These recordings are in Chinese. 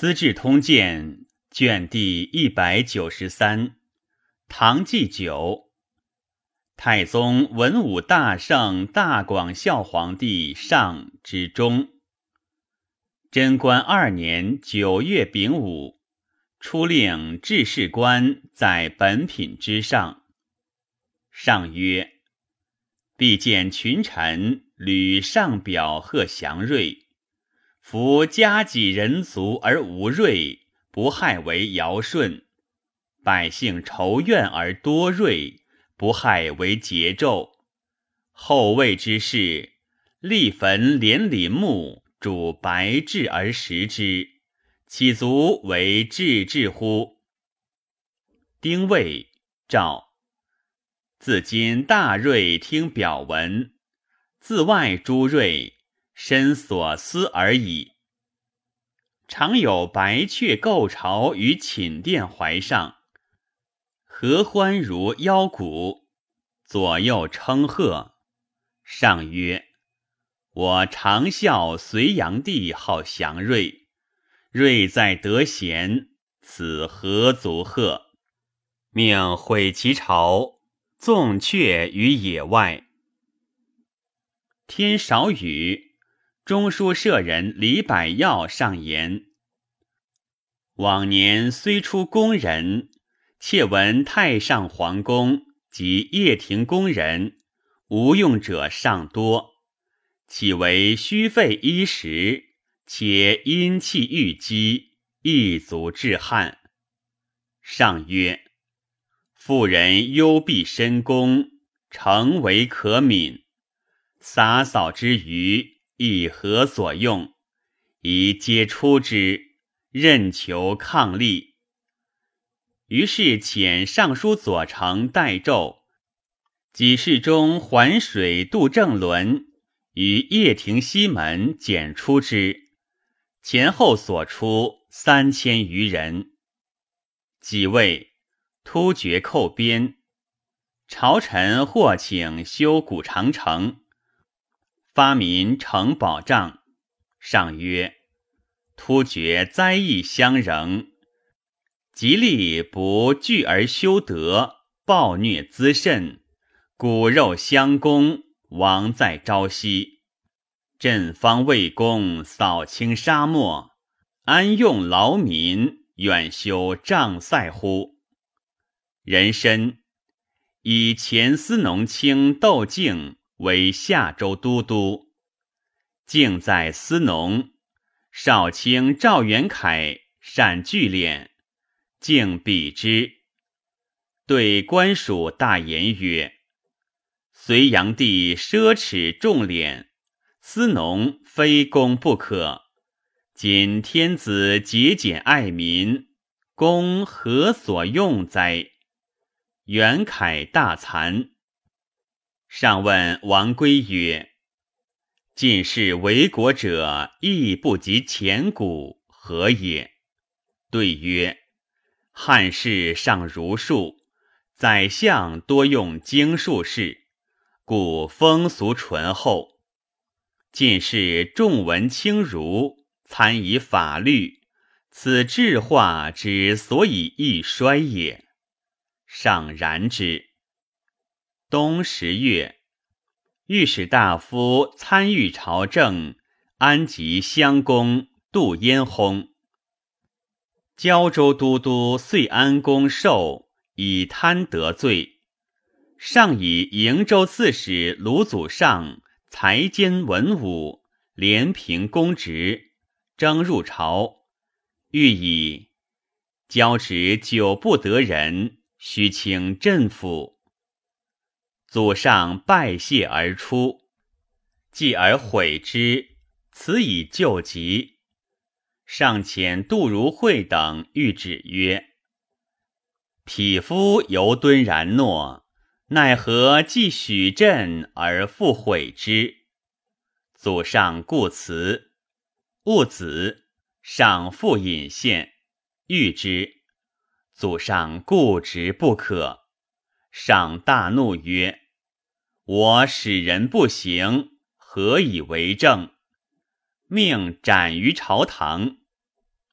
资治通鉴》卷第193，唐纪九。太宗文武大圣大广孝皇帝上之中。贞观2年9月丙午，初令制事官在本品之上。上曰：必见群臣屡上表贺祥瑞，夫家己人族而无瑞，不害为尧舜；百姓仇怨而多瑞，不害为桀纣。后魏之事，立焚连理木，主白质而食之，岂足为治乎？丁未，诏自今大瑞听表文，自外诸瑞，身所思而已。常有白雀构巢于寝殿怀上，合欢如腰鼓，左右称贺。上曰：我常笑隋炀帝好祥瑞，瑞在得贤，此何足贺？命毁其巢，纵却于野外。天少雨，中书舍人李百药上言：往年虽出宫人，窃闻太上皇宫及掖庭宫人无用者尚多，岂为虚费衣食，且阴气郁积，亦足致旱。上曰：妇人幽闭深宫，诚为可悯。洒扫之余，亦何所用？宜皆出之，任求抗力。于是遣尚书左丞代胄，给事中环水渡正伦，于掖庭西门检出之，前后所出3000余人。己未，突厥寇边，朝臣或请修古长城，发民城保障。上曰：突厥灾异相仍，吉利不惧而修德，暴虐滋甚，骨肉相攻，亡在朝夕。朕方为公扫清沙漠，安用劳民，远修障塞乎？人参以前司农卿窦敬为夏州都督，敬在司农，少卿赵元凯善聚敛，敬比之，对官属大言曰：隋炀帝奢侈重敛，司农非公不可。今天子节俭爱民，公何所用哉？元凯大惭。上问王圭曰：近世为国者，亦不及前古，何也？对曰：汉室尚儒术，宰相多用经术士，故风俗淳厚。近世重文轻儒，参以法律，此治化之所以易衰也。上然之。冬10月，御史大夫参与朝政，安吉襄公杜淹薨。胶州都督遂安公寿以贪得罪，上以营州刺史卢祖尚才兼文武，连平公职，征入朝，欲以交职久不得人，须请镇抚。祖上拜谢而出，继而悔之，此以救急。上遣杜如晦等谕旨曰：匹夫犹敦然诺，奈何既许朕而复悔之？祖上故辞。戊子，上复引献，谕之。祖上固执不可。上大怒曰：我使人不行，何以为政？命斩于朝堂。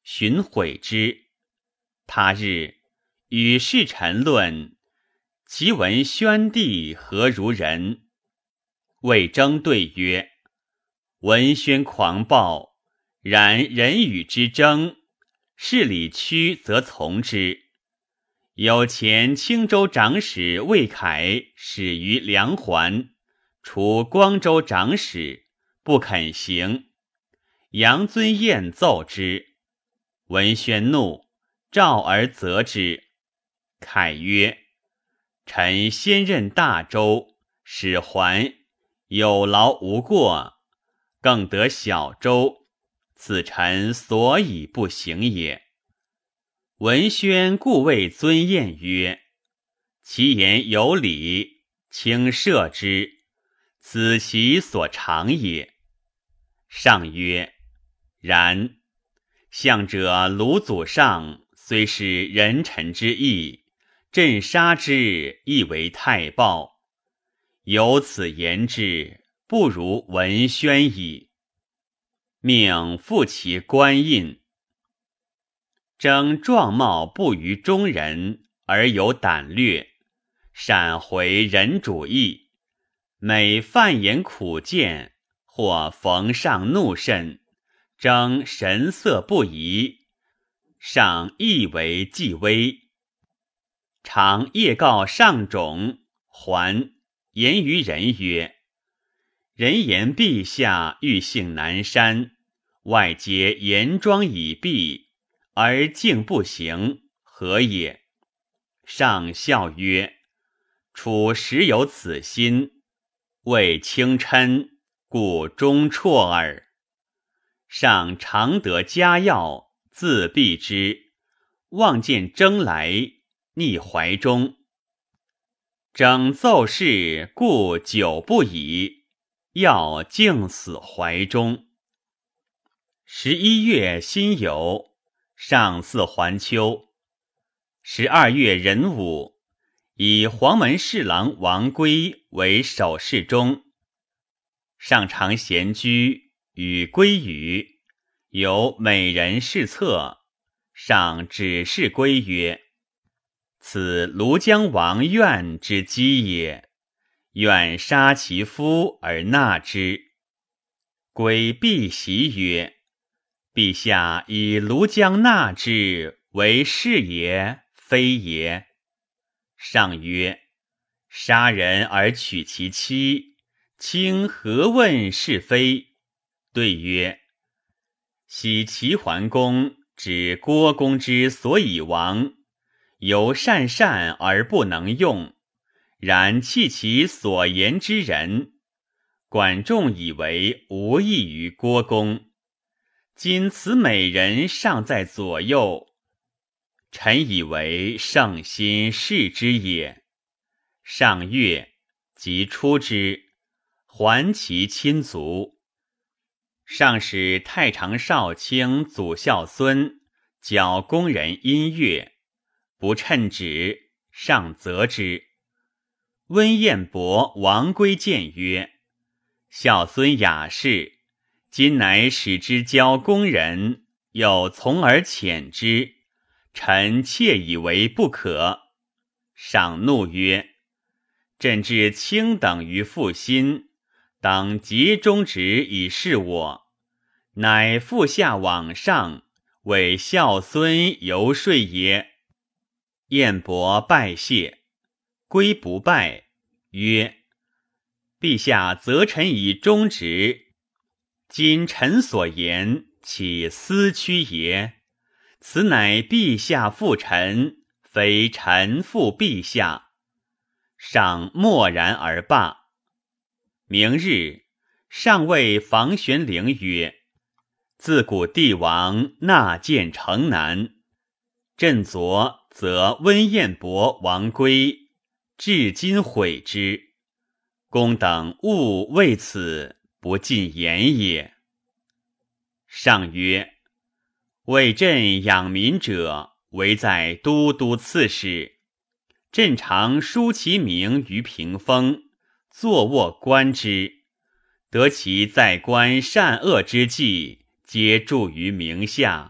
寻悔之。他日与侍臣论，其闻宣帝何如人？魏征对曰：文宣狂暴，然人与之争，事理屈则从之。有前青州长史魏凯始于梁环，除光州长史，不肯行。杨尊彦奏之，文宣怒，召而责之。凯曰：臣先任大州，使还有劳无过，更得小州，此臣所以不行也。文宣故谓尊彦曰：其言有理，请赦之，此其所长也。上曰：然。相者鲁祖上虽是人臣之义，朕杀之亦为太暴。有此言之，不如文宣矣。命复其官印。征壮貌不于中人，而有胆略，善回人主义，每犯言苦谏，或逢上怒甚，征神色不移，上亦为忌微。常夜告上种，还言于人曰：人言陛下欲幸南山，外皆严庄以避，而竟不行，何也？上笑曰：楚实有此心，为轻嗔，故终辍耳。上常得佳药，自避之，望见征来，逆怀中。征奏事，故久不已，药竟死怀中。11月辛酉，上祀还丘。12月壬午，以黄门侍郎王圭为守侍中。上常闲居，与圭语，有美人侍侧。上指示圭曰：此庐江王苑之姬也，愿杀其夫而纳之。圭必袭曰：陛下以庐江纳之，为是也，非也？上曰：杀人而取其妻，卿何问是非？对曰：昔齐桓公指郭公之所以亡，犹善而不能用，然弃其所言之人。管仲以为无益于郭公，今此美人尚在左右，臣以为圣心是之也。上乐，即出之，还其亲族。上使太常少卿祖孝孙教工人音乐，不称旨，上责之。温彦博、王圭谏曰：孝孙雅士，今乃使之教工人，又从而遣之，臣妾以为不可。上怒曰：朕至卿等于负心，当竭忠直以示我，乃复下往上，为孝孙游说也。彦博拜谢，圭不拜，曰：陛下责臣以忠直，今臣所言，岂私屈也？此乃陛下负臣，非臣负陛下。上默然而罢。明日，上谓房玄龄曰：自古帝王纳谏诚难，朕昨则温彦博、王圭，至今悔之。公等勿为此不尽言也。上曰：为朕养民者，唯在都督刺史。朕常书其名于屏风，坐卧观之，得其在官善恶之际，皆著于名下，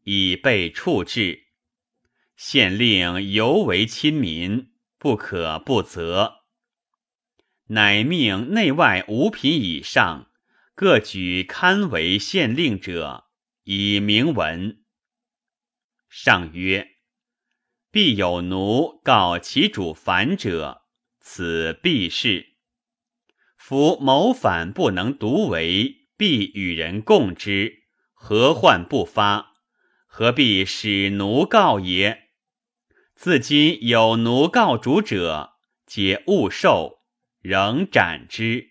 已被处置。县令尤为亲民，不可不责。乃命内外五品以上各举堪为县令者，以明文。上曰：必有奴告其主反者，此必是。夫谋反不能独为，必与人共之，何患不发？何必使奴告也？自今有奴告主者，皆勿受，仍斩之。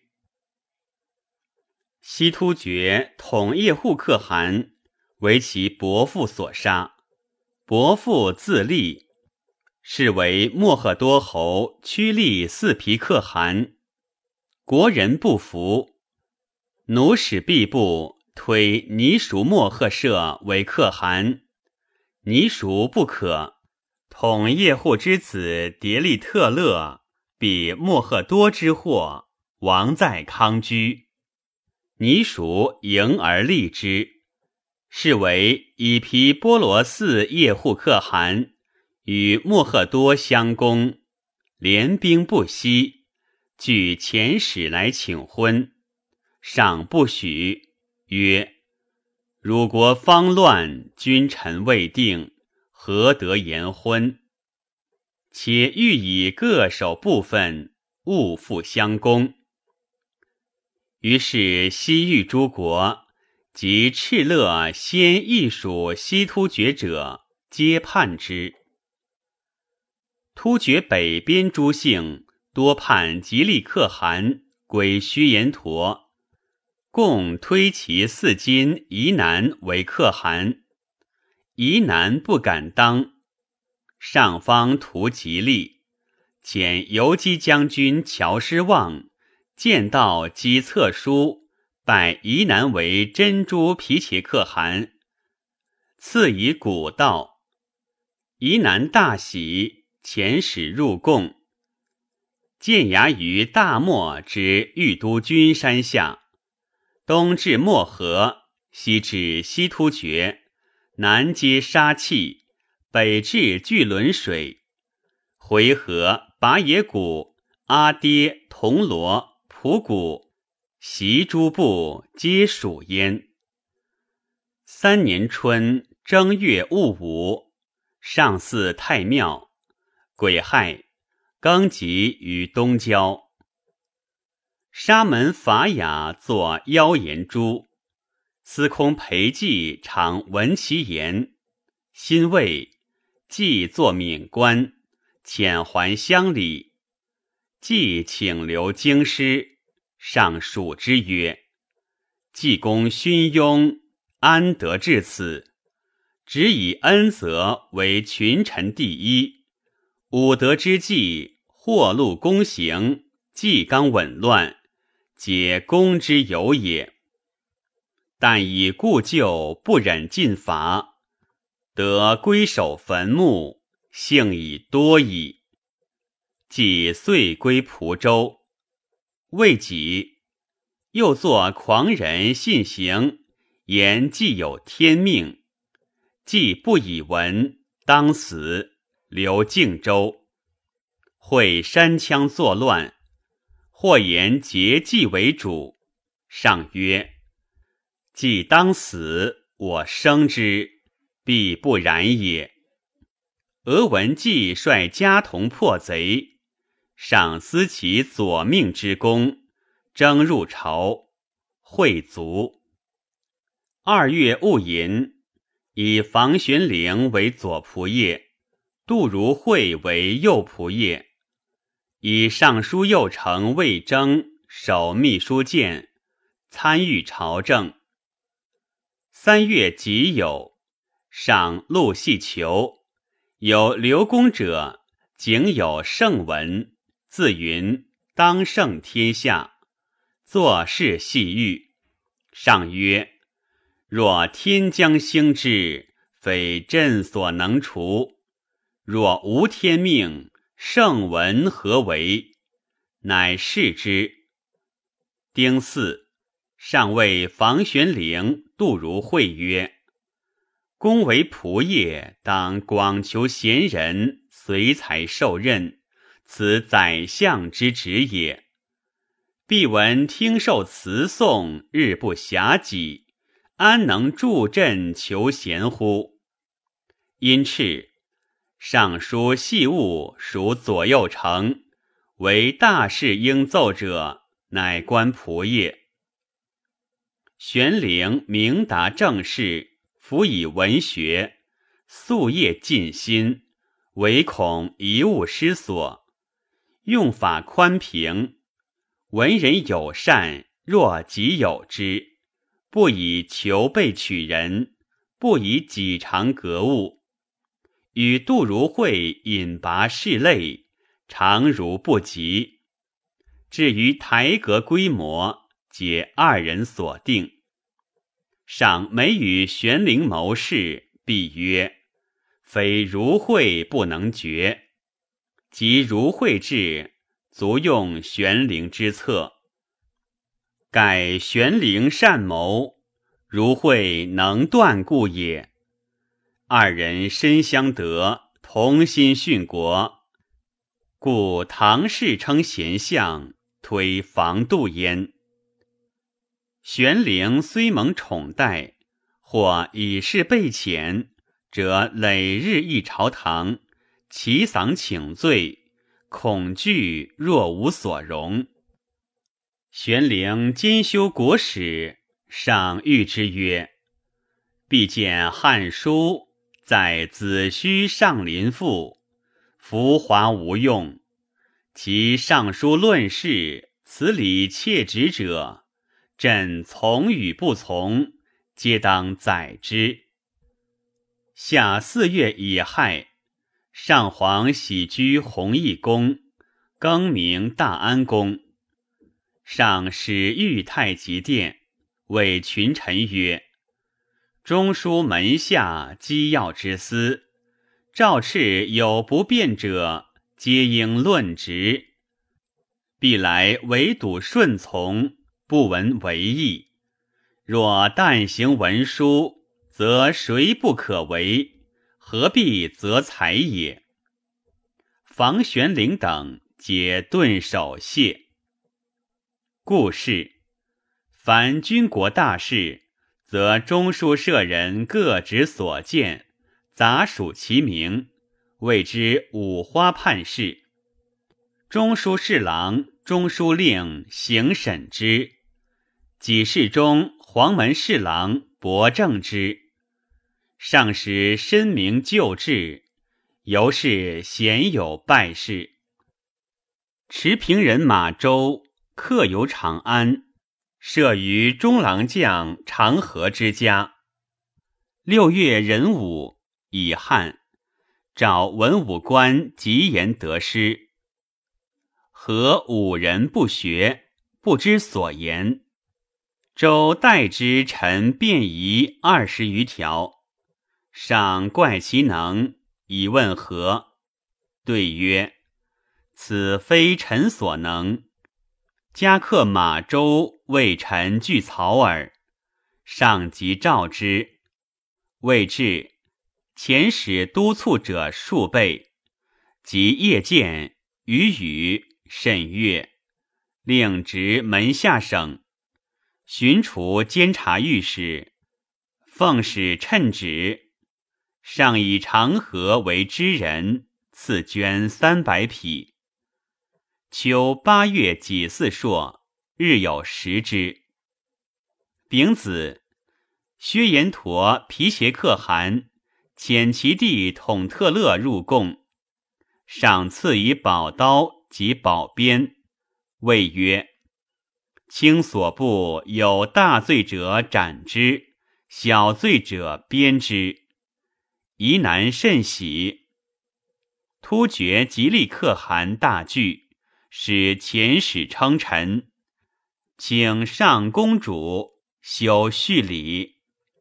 西突厥统叶护可汗，为其伯父所杀。伯父自立，是为莫赫多侯屈利四皮可汗。国人不服，奴使毕部推尼熟莫赫舍为可汗，尼熟不可，统叶护之子迭利特勒比莫赫多之祸，亡在康居。尼熟迎而立之，是为以皮波罗寺叶护可汗与莫赫多相攻，联兵不息，据遣使来请婚，上不许，曰：汝国方乱，君臣未定，何得言婚？且欲以各守部分，勿复相攻。于是西域诸国及敕勒先亦属西突厥者，皆叛之。突厥北边诸姓多叛吉利可汗，归须延陀，共推其四金夷南为可汗。夷南不敢当，上方图吉利，遣游击将军乔师望见到击策书，拜夷南为珍珠皮切可汗，赐以古道。夷南大喜，遣使入贡，建衙于大漠之玉都君山下，东至漠河，西至西突厥，南接沙碛，北至巨轮水，回纥、拔野谷、阿爹、铜锣、蒲谷、习诸部皆属焉。3年春正月戊午，上祀太庙，癸亥，庚吉于东郊。沙门法雅作妖言诸，司空裴寂常闻其言，辛未，既作免官，遣还乡里。既请留京师，上属之曰：济公勋庸，安得至此？只以恩泽为群臣第一，武德之际，祸禄公行，纪纲紊乱，皆公之有也。但以故旧，不忍尽伐，得归守坟墓，幸已多矣。即遂归蒲州。未几，又作狂人信行，言既有天命，既不以闻，当死，留靖州。会山羌作乱，或言结计为主。上曰：既当死，我生之，必不然也。俄闻季率家童破贼，上思其左命之功，征入朝，会卒。2月戊寅，以房玄龄为左仆射，杜如晦为右仆射，以尚书右丞魏征守秘书监，参与朝政。3月己酉，上陆系囚，有刘公者，仅有圣文，自云当胜天下，作事细狱。上曰：若天将兴之，非朕所能除；若无天命，圣文何为？乃释之。丁巳，上谓房玄龄、杜如晦曰： 公为仆业，当广求贤人，随才受任，此宰相之职也。必闻听受辞颂，日不暇己，安能助阵求贤乎？因敕尚书细务属左右丞，为大事应奏者，乃官仆业。玄龄明达政事，辅以文学，夙夜尽心，唯恐一物失所。用法宽平，文人友善，若己有之，不以求备取人，不以己长格物。与杜如晦引拔室类，常如不及。至于台阁规模，皆二人所定。赏每与玄龄谋士，必曰：非如晦不能决。即如晦至，足用玄龄之策。盖玄龄善谋，如晦能断故也。二人深相得，同心殉国，故唐氏称贤相，推防度焉。玄龄虽蒙宠待，或以事备浅，则累日议朝堂，齐嗓请罪，恐惧若无所容。玄龄兼修国史，上谕之曰：必见《汉书》在子虚上林赋，浮华无用。其上书论事，此理切直者，朕从与不从，皆当载之。夏4月乙亥，上皇喜居弘义宫，更名大安宫。上使御太极殿，谓群臣曰：中书门下机要之司，诏敕有不便者，皆应论直。必来唯笃顺从，不闻违议。若但行文书，则谁不可为？何必择才也？房玄龄等皆顿首谢。故事凡军国大事，则中书舍人各执所见，杂属其名，谓之五花判事。中书侍郎、中书令行审之，己事中黄门侍郎博正之。上使申明旧制，由是鲜有败事。持平人马周客游长安，设于中郎将长河之家。6月壬午，乙亥，召文武官极言得失。何五人不学，不知所言。周代之陈辩仪20余条，上怪其能，以问何。对曰：此非臣所能。加克马周为臣具草耳。上即召之，未至，遣使督促者数倍。及夜见，语甚悦，令执门下省，巡除监察御史，奉使称旨。上以长河为知人，赐绢300匹。秋8月己巳朔，日有食之。丙子，薛延陀皮鞋可汗遣其弟统特勒入贡，赏赐以宝刀及宝鞭，谓曰：卿所部有大罪者斩之，小罪者鞭之。宜南甚喜。突厥吉利可汗大惧，使遣使称臣，请上公主修序礼。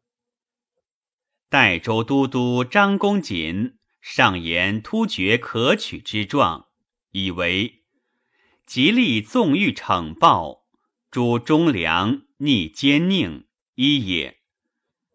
代州都督张公瑾上言突厥可取之状，以为吉利纵欲惩暴，诛忠良，逆奸佞，一也。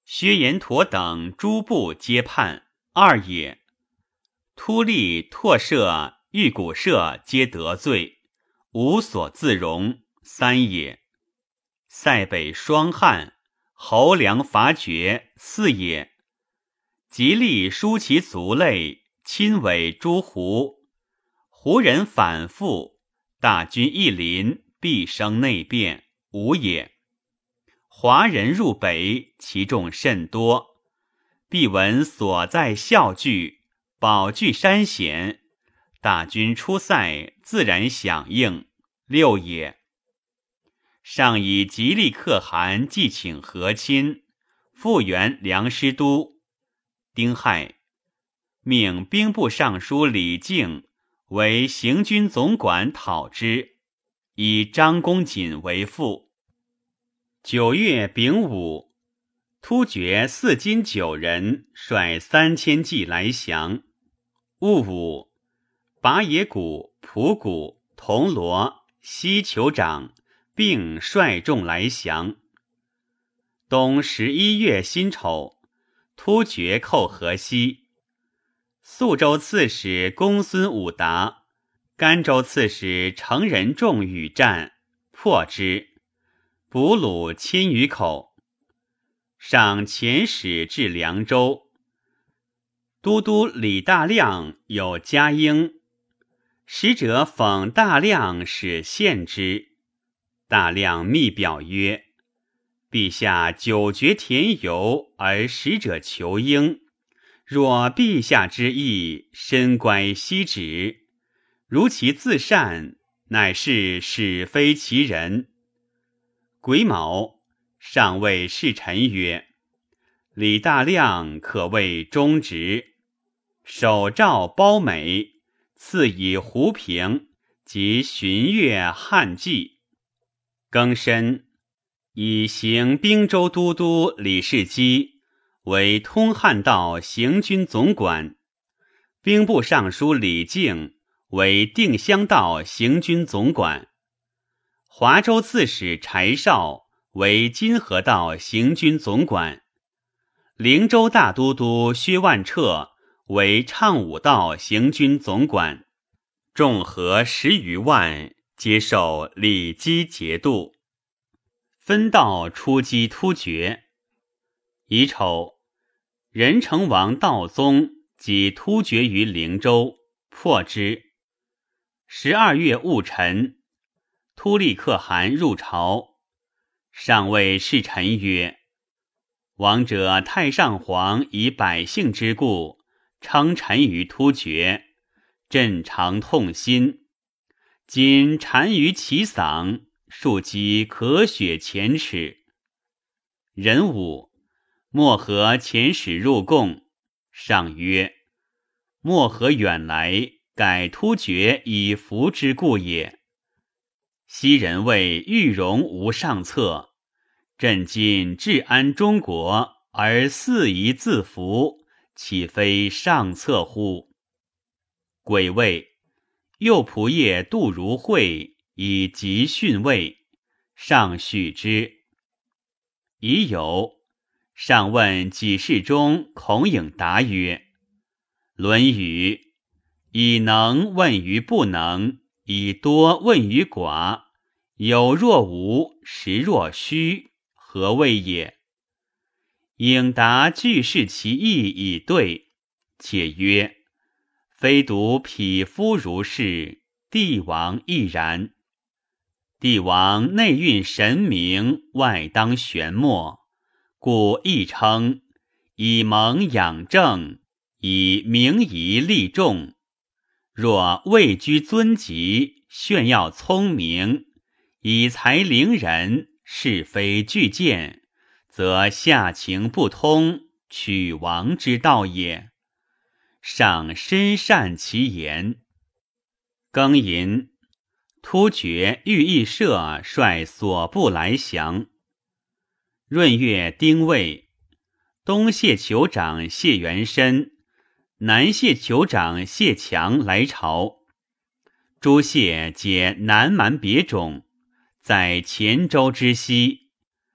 薛延陀等诸部皆叛，二也。突利、拓舍、玉古舍皆得罪，无所自容，三也。塞北双汉、侯梁伐绝，四也。吉利疏其族类，亲委诸胡，胡人反复，大军一临，必生内变，五也。华人入北，其众甚多，必闻所在校聚，保据山险，大军出塞，自然响应，六也。上以吉利可汗祭请和亲，复原梁师都。丁亥，命兵部尚书李靖为行军总管讨之，以张公瑾为副。9月丙午，突厥4金9人率3000骑来降。戊午，拔野谷、蒲谷、铜锣、西酋长并率众来降。冬11月辛丑，突厥寇河西。肃州刺史公孙武达、甘州刺史成仁仲与战，破之，捕虏1000余口。上遣使至凉州，都督李大亮有家英，使者讽大亮使献之。大亮密表曰：陛下久绝田游，而使者求英，若陛下之意，深乖悉止，如其自善，乃是使非其人。癸卯，上谓侍臣曰：李大亮可谓忠直，手诏褒美，赐以胡平及巡阅汉记。庚申，以行兵州都督李世基为通汉道行军总管，兵部尚书李靖为定襄道行军总管，华州刺史柴绍为金河道行军总管，灵州大都督薛万彻为畅武道行军总管，众合10余万，皆受李基节度，分道出击突厥。乙丑，仁成王道宗击突厥于灵州，破之。12月戊辰，突利可汗入朝，上谓侍臣曰：王者太上皇以百姓之故，称臣于突厥，朕常痛心。今单于其嗓，庶几可雪前耻。壬午，漠河遣使入贡，上曰：漠河远来，改突厥以服之故也。昔人谓玉容无上策，朕今治安中国，而肆宜自服，岂非上策乎？癸未，右仆射杜如晦以疾训位，上许之。乙酉，上问己事中孔颖达曰：论语以能问于不能，以多问于寡，有若无，实若虚，何谓也？颖达具视其意以对，且曰：非独匹夫如是，帝王亦然。帝王内蕴神明，外当玄默，故亦称以蒙养正，以明仪立众。若位居尊极，炫耀聪明，以才凌人，是非俱见，则下情不通，取王之道也。上深善其言。庚寅，突厥御邑社率所部来降。闰月丁未，东谢酋长谢元申、南谢酋长谢强来朝。诸谢皆南蛮别种，在黔州之西。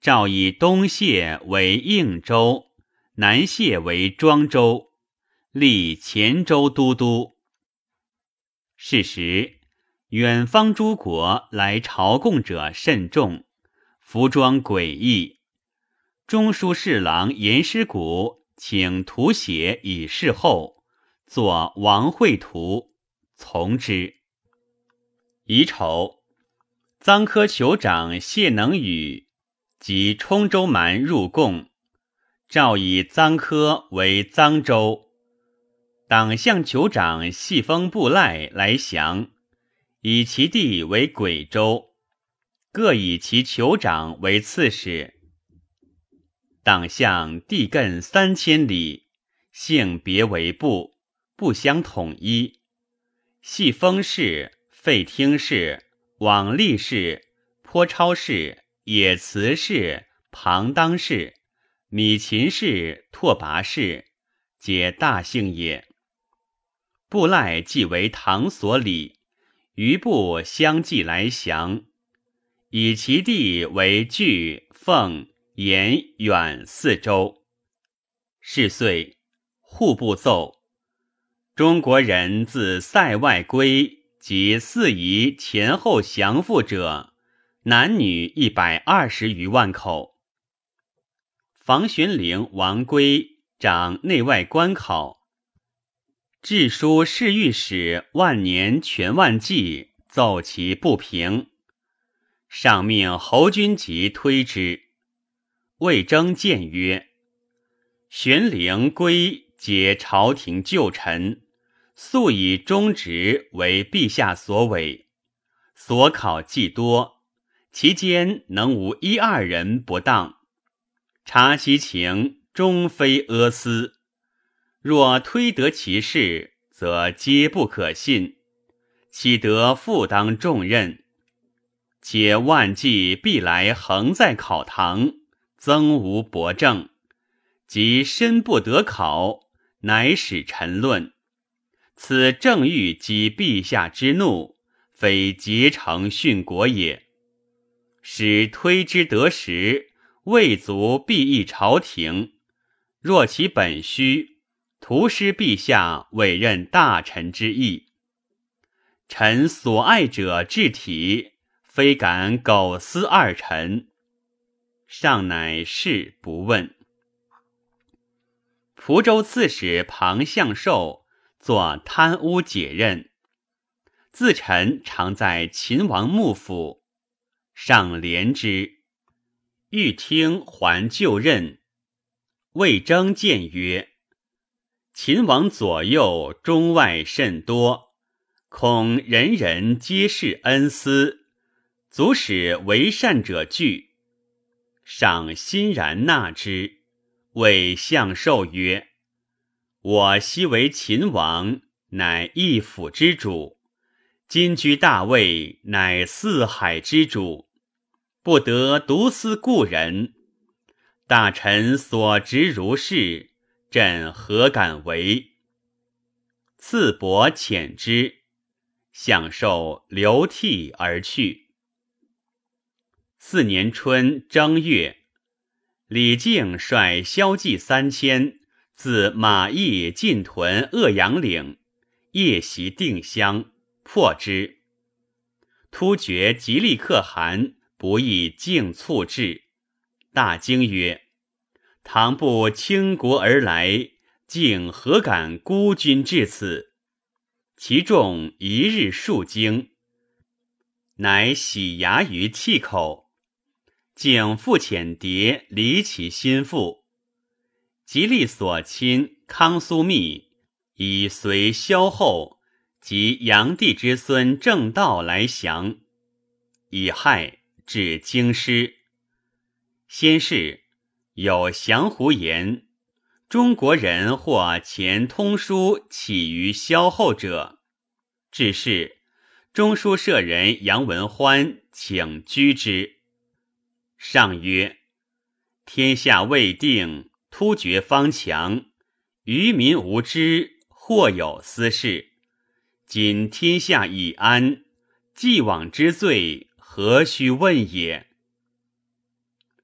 诏以东谢为应州，南谢为庄州，立黔州都督。是时，远方诸国来朝贡者甚众，服装诡异。中书侍郎严师古请图写以示后，作王绘图，从之。乙丑，臧科酋长谢能宇及冲州蛮入贡，诏以臧科为臧州。党项酋长细风布赖来降，以其地为贵州，各以其酋长为刺史。党项地亘3000里，性别为部，不相统一。细风氏、费听氏、往历氏、颇超氏、野慈氏、庞当氏、米秦氏、拓跋氏，皆大姓也。布赖即为唐所理，余部相继来降，以其地为据、凤、延、远4州。是岁，户部奏：中国人自塞外归及四夷前后降附者，男女120余万口。房玄龄、王圭掌内外官考。治书侍御史万年全万计奏其不平，上命侯君集推之。魏征谏曰：玄龄、圭皆朝廷旧臣，素以忠直为陛下所委，所考既多，其间能无1-2人不当？察其情，终非阿私。若推得其事，则皆不可信，岂得负当重任？且万计必来横在考堂，曾无驳正，即身不得考，乃使臣论。此正欲激陛下之怒，非结成殉国也。使推之得时，未足必益朝廷。若其本虚，徒失陛下委任大臣之意。臣所爱者治体，非敢苟私二臣。上乃是不问。蒲州刺史庞相寿作贪污解任，自臣常在秦王幕府，上怜之，欲听还就任。魏征谏曰：秦王左右中外甚多，恐人人皆是恩私，足使为善者惧。上欣然纳之，谓相寿曰：我昔为秦王，乃一府之主，今居大位，乃四海之主，不得独思故人。大臣所执如是，朕何敢为？赐帛遣之，相寿流涕而去。4年春正月，李靖率骁骑3000，自马邑进屯鄂阳岭，夜袭定襄，破之。突厥极力可汗不意竟促至，大惊曰：唐不倾国而来，竟何敢孤军至此？其众一日数惊，乃洗牙于气口。竟复遣牒离其心腹。极力所亲康苏密以随萧后及炀帝之孙正道来降，以害至京师。先是有降胡言，中国人或前通书起于萧后者。至是中书舍人杨文欢请居之。上曰：天下未定，突厥方强，愚民无知，或有私事。今天下已安，既往之罪，何须问也？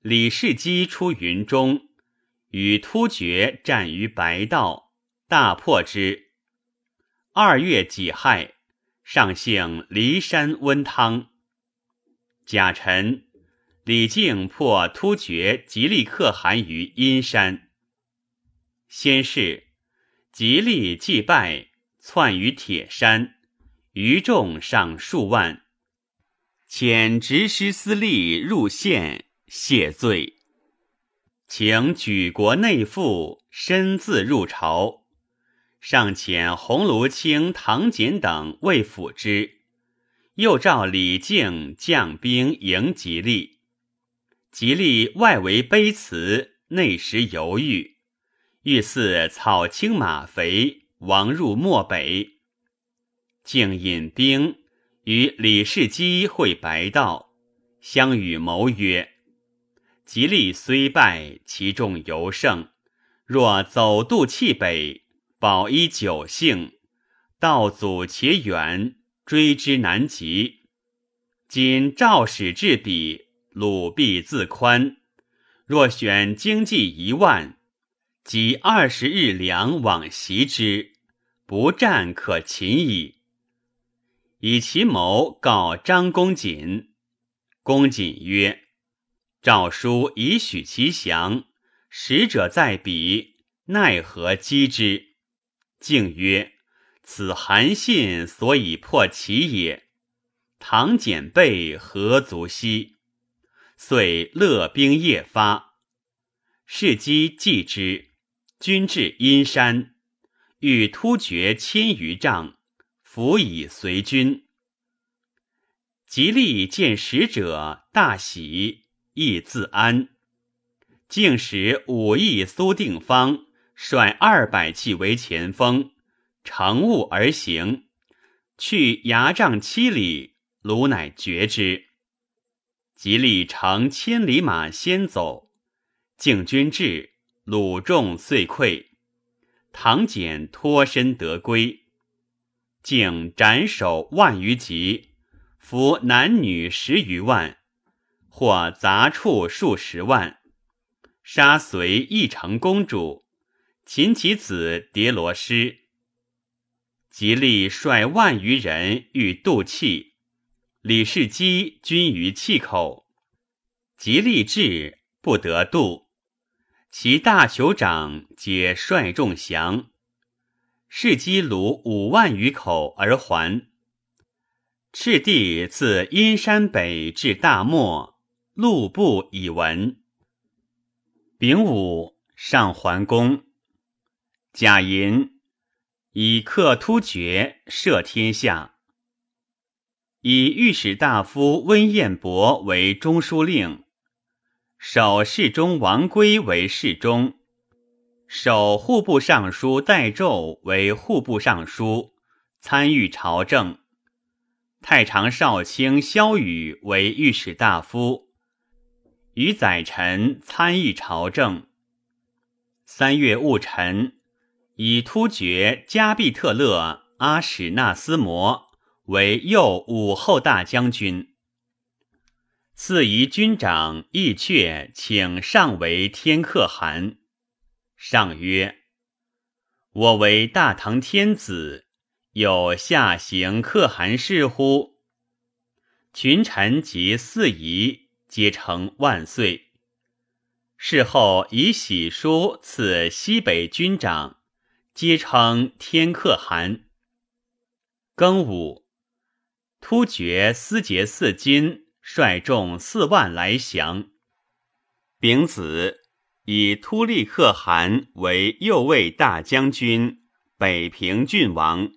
李世基出云中，与突厥战于白道，大破之。2月己亥，上幸骊山温汤。甲辰，李靖破突厥吉利可汗于阴山。先是，吉利既败，窜于铁山，余众上数万，遣执师司隶入县谢罪，请举国内附，身自入朝。上遣鸿胪卿唐俭等为辅之，又召李靖将兵迎吉利。吉利外围卑辞，内实犹豫，欲似草青马肥，亡入漠北。竟引兵与李世基会白道，相与谋曰：吉利虽败，其众犹胜，若走渡弃北，保依久幸，道阻且远，追之难及。今赵使至彼，鲁必自宽，若选精骑1万，即20日粮往袭之，不战可擒矣。以其谋告张公瑾。公瑾曰：诏书已许其降，使者在彼，奈何击之？靖曰：此韩信所以破其也，唐俭备何足惜？遂勒兵夜发。世基继之，军至阴山，遇突厥1000余丈，伏以随军。吉利见使者，大喜，亦自安。竟使武义苏定方率200骑为前锋，乘雾而行，去牙帐7里，鲁乃绝之。吉利乘1000里马先走，靖军至，鲁众遂溃。唐俭脱身得归。竟斩首10000余级，俘男女10余万，或杂畜数十万，杀随义成公主，擒其子迭罗师。吉利率10000余人欲渡气，李世基军于气口，吉利至，不得渡，其大酋长皆率众降。世基虏5万余口而还。赤帝自阴山北至大漠，路不以闻。丙午，上桓公。甲寅，以克突厥，摄天下。以御史大夫温彦博为中书令，守侍中王圭为侍中，守户部尚书戴胄为户部尚书，参与朝政。太常少卿萧瑀为御史大夫，与宰臣参议朝政。3月戊辰，以突厥迦毕特勒阿史那思摩为右武后大将军。赐仪军长义阙请上为天可汗。上曰：我为大唐天子，有下行可汗事乎？群臣及四夷皆称万岁。事后以玺书赐西北军长，皆称天可汗。庚午，突厥思节寺金率众4万来降。丙子，以突利可汗为右卫大将军，北平郡王。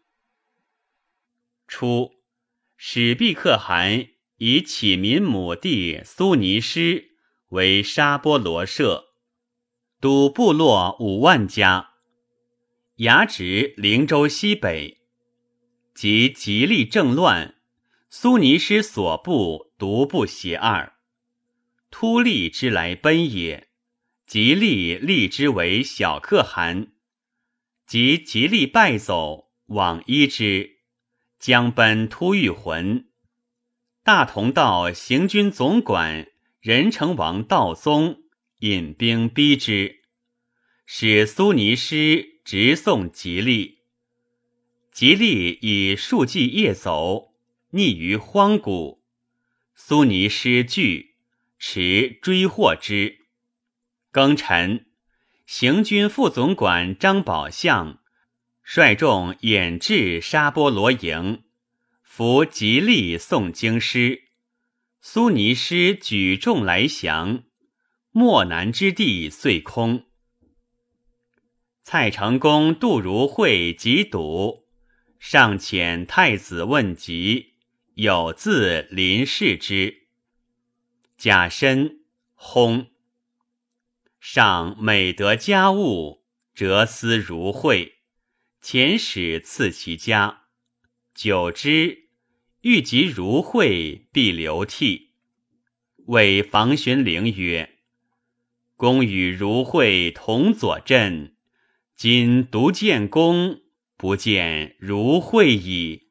初，始毕可汗以启民母弟苏尼师为沙波罗摄，督部落5万家，衙职灵州西北。及吉利政乱，苏尼师所部独不协二，突利之来奔也，吉利立之为小可汗。及吉利败走，往依之，将奔突遇浑。大同道行军总管仁成王道宗引兵逼之，使苏尼师直送吉利。吉利以数骑夜走，匿于荒谷。苏尼师惧，持追获之。庚辰，行军副总管张宝相率众掩至沙波罗营，伏吉利送京师。苏尼师举众来降，漠南之地遂空。蔡成公杜如晦及笃，上遣太子问疾，有自临视之。甲申，薨。上每得家务，折思如晦，遣使赐其家。久之，欲及如晦，必流涕。谓房玄龄曰：公与如晦同佐镇，今独见公，不见如晦矣。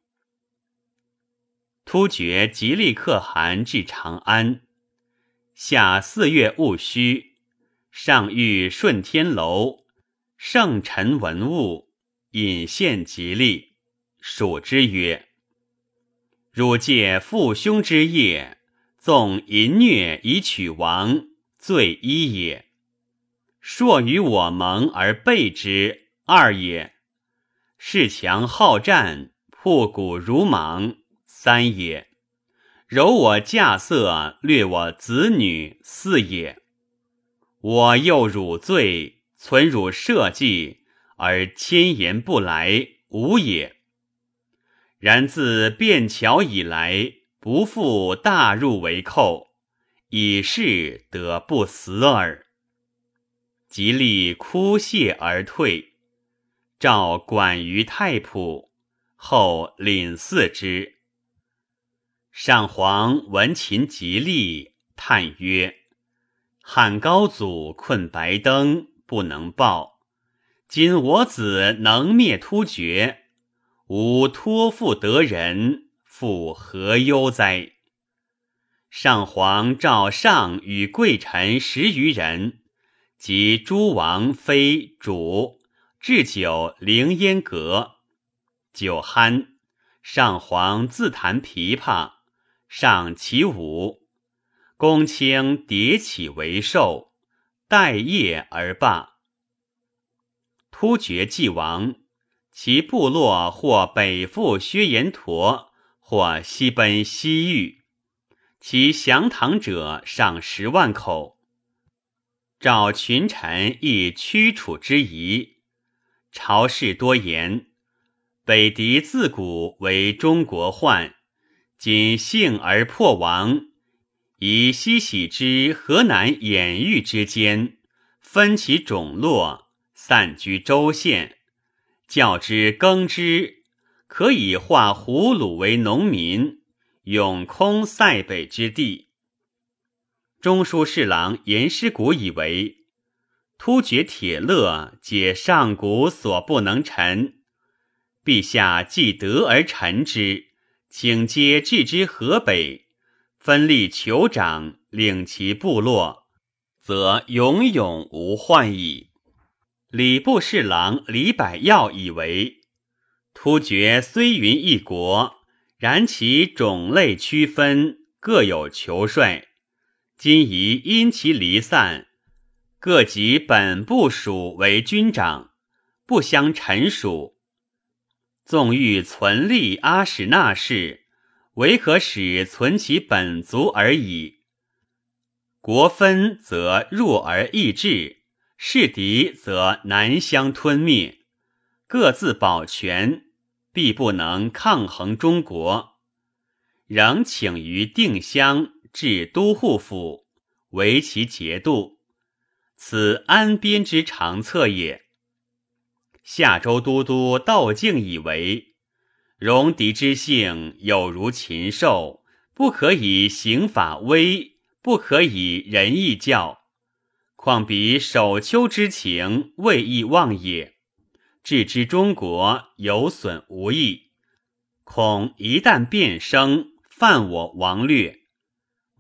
突厥吉利可汗至长安。夏4月戊戌，上谕顺天楼，圣臣文物，引献吉利，属之曰：汝借父兄之业，纵淫虐以取王，罪一也；硕与我盟而背之，二也；恃强好战，破骨如莽，三也；柔我稼色，掠我子女，四也。我诱汝罪，存汝社稷，而千言不来，五也。然自便桥以来，不复大入为寇，以是得不死耳。吉利哭谢而退，诏管于太仆，后领嗣之。上皇闻秦吉利，叹曰：汉高祖困白登，不能报，今我子能灭突厥，吾托付得人，复何忧哉？上皇召上与贵臣10余人，及诸王妃主，置酒凌烟阁。酒酣，上皇自弹琵琶，上起舞，公卿迭起为寿，待夜而罢。突厥既亡，其部落或北赴薛延陀，或西奔西域，其降唐者上10万口。召群臣亦驱楚之宜。朝士多言，北狄自古为中国患，今幸而破亡，以西徙之河南兖豫之间，分其种落，散居州县，教之耕之，可以化胡虏为农民，永空塞北之地。中书侍郎严师古以为，突厥铁勒皆上古所不能陈，陛下既得而陈之，请皆置之河北，分立酋长，领其部落，则永永无患矣。礼部侍郎李百药以为，突厥虽云一国，然其种类区分，各有酋帅，今宜因其离散，各即本部属为军长，不相臣属。纵欲存立阿史那氏，唯可使存其本族而已。国分则弱而易制，势敌则难相吞灭，各自保全，必不能抗衡中国。仍请于定襄置都护府，为其节度，此安边之常策也。夏州都督窦敬以为，戎狄之性有如禽兽，不可以刑法威，不可以仁义教，况彼守丘之情，未易忘也。置之中国，有损无益，恐一旦变生，犯我王略。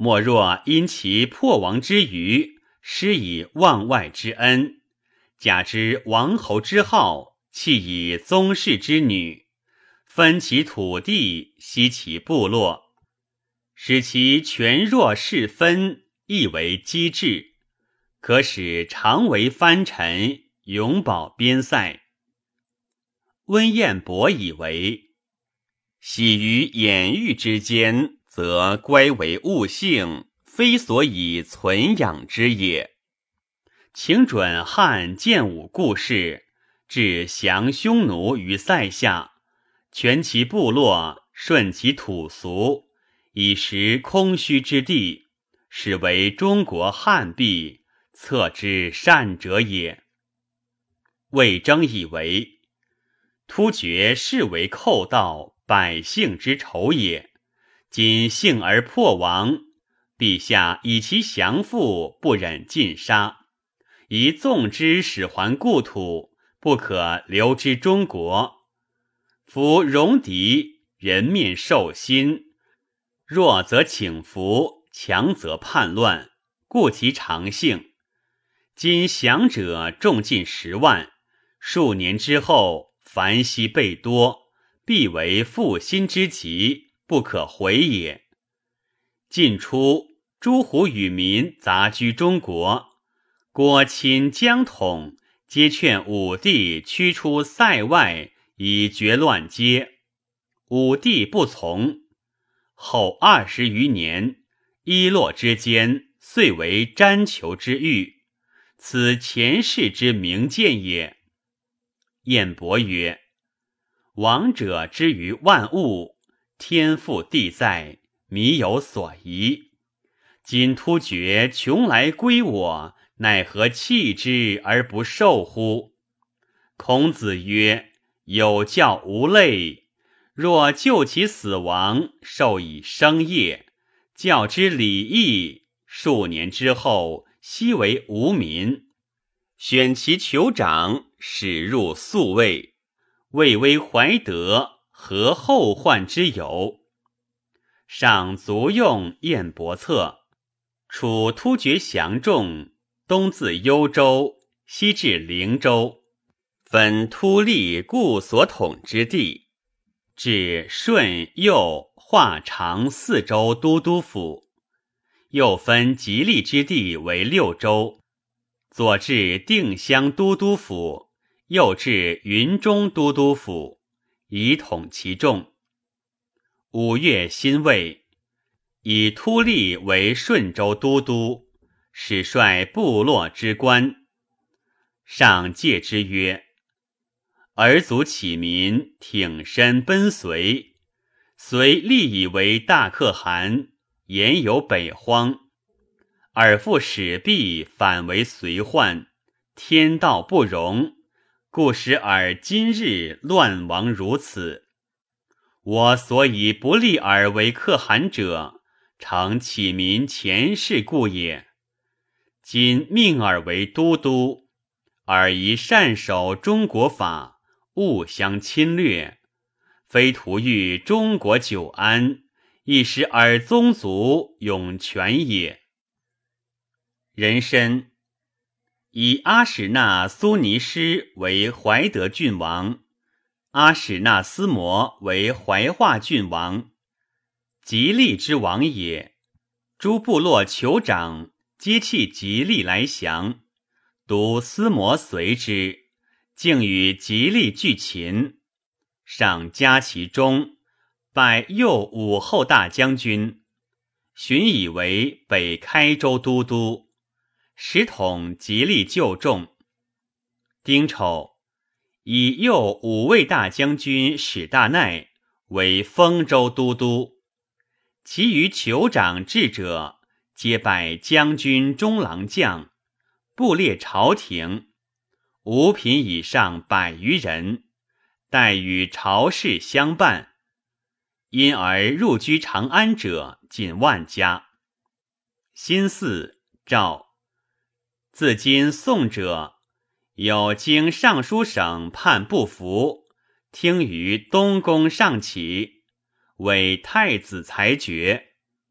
莫若因其破亡之余，施以望外之恩，假之王侯之好，弃以宗室之女，分其土地，息其部落，使其权弱势分，亦为机智，可使常为藩臣，永保边塞。温彦博以为，喜于眼欲之间，则乖为物性，非所以存养之也。请准汉建武故事，置降匈奴于塞下，全其部落，顺其土俗，以食空虚之地，使为中国汉弊，策之善者也。魏征以为，突厥视为寇盗，百姓之仇也。今幸而破亡，陛下以其降附，不忍尽杀，宜纵之使还故土，不可留之中国。夫戎狄，人面兽心，弱则请服，强则叛乱，故其常性。今降者众近10万，数年之后，繁息倍多，必为复兴之急，不可回也。晋初，诸胡与民杂居中国，郭钦、江统皆劝武帝驱出塞外，以绝乱阶。武帝不从。后20余年，伊洛之间，遂为瞻裘之域，此前世之明鉴也。彦博曰：王者之于万物，天赋地在，靡有所宜。今突厥穷来归我，奈何弃之而不受乎？孔子曰：有教无类，若救其死亡，授以生业，教之礼义，数年之后，悉为无民。选其酋长，使入宿卫，魏威怀德，何后患之有？上足用彦博策，楚突厥降众，东自幽州，西至灵州，分突利故所统之地，至顺、右、华、长4州都督府，又分吉利之地为6州，左至定襄都督府，右至云中都督府，以统其众。5月辛未，以突利为顺州都督，使率部落之官。上戒之曰：尔祖启民，挺身奔随，遂立以为大可汗，言有北荒。尔复使弊，反为随患，天道不容，故使尔今日乱亡如此。我所以不立尔为可汗者，诚启民前世故也。今命尔为都督，尔宜善守中国法，勿相侵略，非图欲中国久安，亦使尔宗族永全也。人参以阿史那苏尼师为怀德郡王，阿史那思摩为怀化郡王，吉利之王也。诸部落酋长皆弃吉利来降，独思摩随之，竟与吉利俱擒。上加其中，拜右武后大将军，寻以为北开州都督，使统吉利旧众。丁丑，以右武卫大将军史大奈为丰州都督，其余酋长智者，皆拜将军中郎将，布列朝廷，五品以上100余人，待与朝士相伴。因而入居长安者近10000家。辛巳，诏自今宋者，有经尚书省判不服，听于东宫上启，为太子裁决。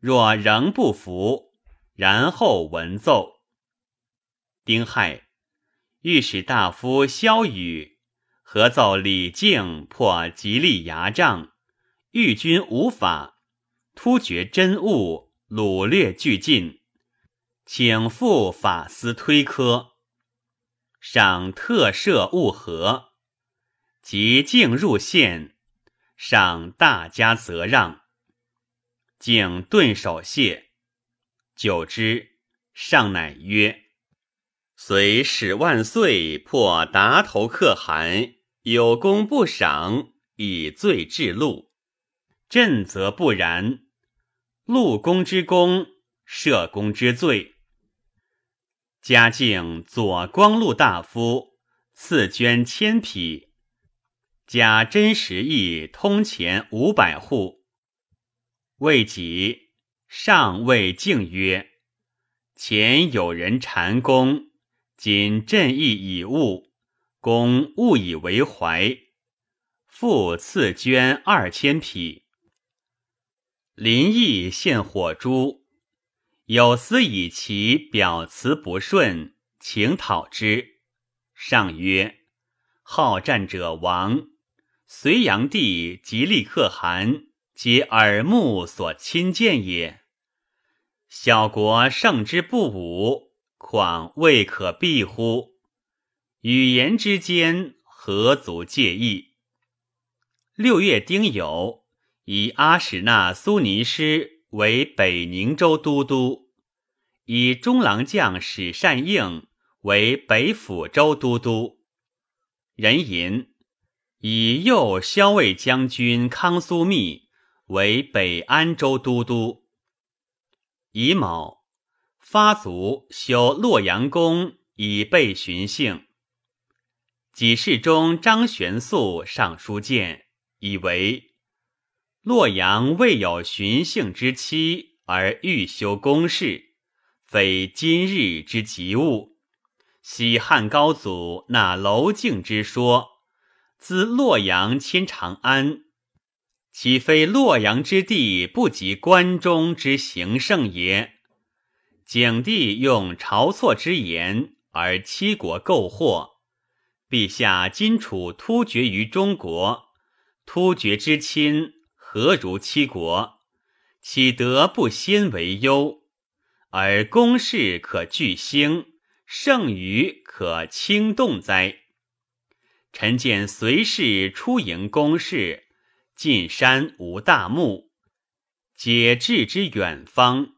若仍不服，然后闻奏。丁亥，御史大夫萧宇合奏李靖破吉利牙帐，御军无法，突厥真物，掳掠俱尽，请赴法司推科。上特赦务和，即靖入县，上大加责让。靖顿首谢，久之，上乃曰：虽10万岁破达头可汗，有功不赏，以罪治戮。朕则不然，戮功之功，赦功之罪。嘉靖左光禄大夫，赐绢1000匹，加真实邑通钱500户。未几，上谓靖曰：前有人禅功，今朕亦以物，公勿以为怀。复赐绢2000匹。临邑献火珠，有司以其表辞不顺，请讨之。上曰：好战者亡，隋炀帝吉利可汗皆耳目所亲见也。小国胜之不武，况未可避乎？语言之间，何足介意。6月丁酉，以阿史那苏尼师为北宁州都督，以中郎将史善应为北抚州都督。壬寅，以右骁卫将军康苏密为北安州都督。乙卯，发卒修洛阳宫以备巡幸。给事中张玄素上书谏，以为洛阳未有巡幸之期，而欲修宫室，非今日之急务。昔汉高祖纳娄敬之说，自洛阳迁长安，岂非洛阳之地不及关中之行胜也？景帝用晁错之言而七国购货，陛下今处突厥于中国，突厥之亲何如七国？岂得不先为忧？而公事可具兴，剩余可轻动哉？臣见隋氏出营公事，进山无大木，皆置之远方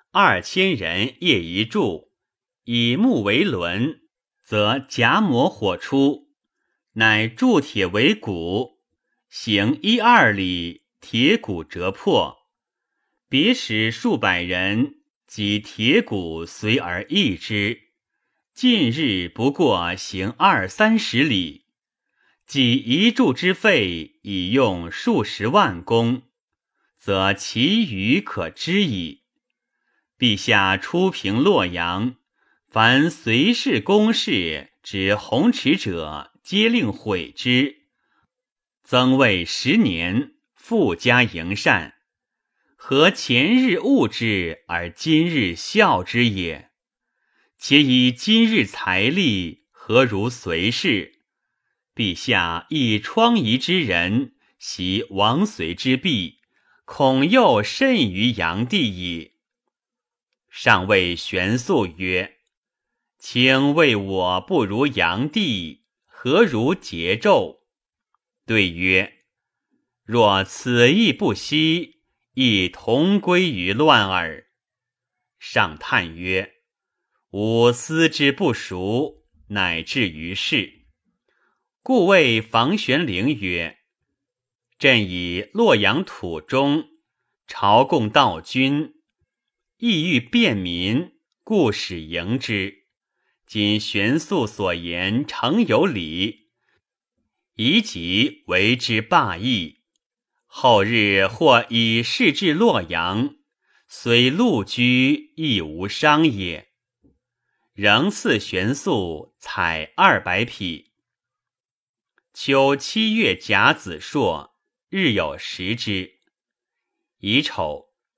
，2000人夜一柱，以木为轮，则夹磨火出，乃铸铁为骨，行1-2里，铁骨折破。别使数百人，及铁骨随而易之，近日不过行20-30里。即一柱之费，已用数十万工，则其余可知矣。陛下初平洛阳，凡隋氏公事之弘持者，皆令毁之。曾位10年，复加营善，何前日恶之，而今日效之也？且以今日财力，何如隋氏？陛下亦疮痍之人，袭王隋之弊，恐又甚于炀帝也。上谓玄素曰：卿谓我不如炀帝，何如桀纣？对曰：若此意不息，亦同归于乱耳。上叹曰：吾思之不熟，乃至于是。故谓房玄龄曰：朕以洛阳土中，朝贡道君，意欲便民，故使迎之。今玄素所言诚有理，宜即为之罢议。后日或以事至洛阳，虽陆居亦无伤也。仍赐玄素采200匹。秋7月甲子朔，日有食之。乙丑，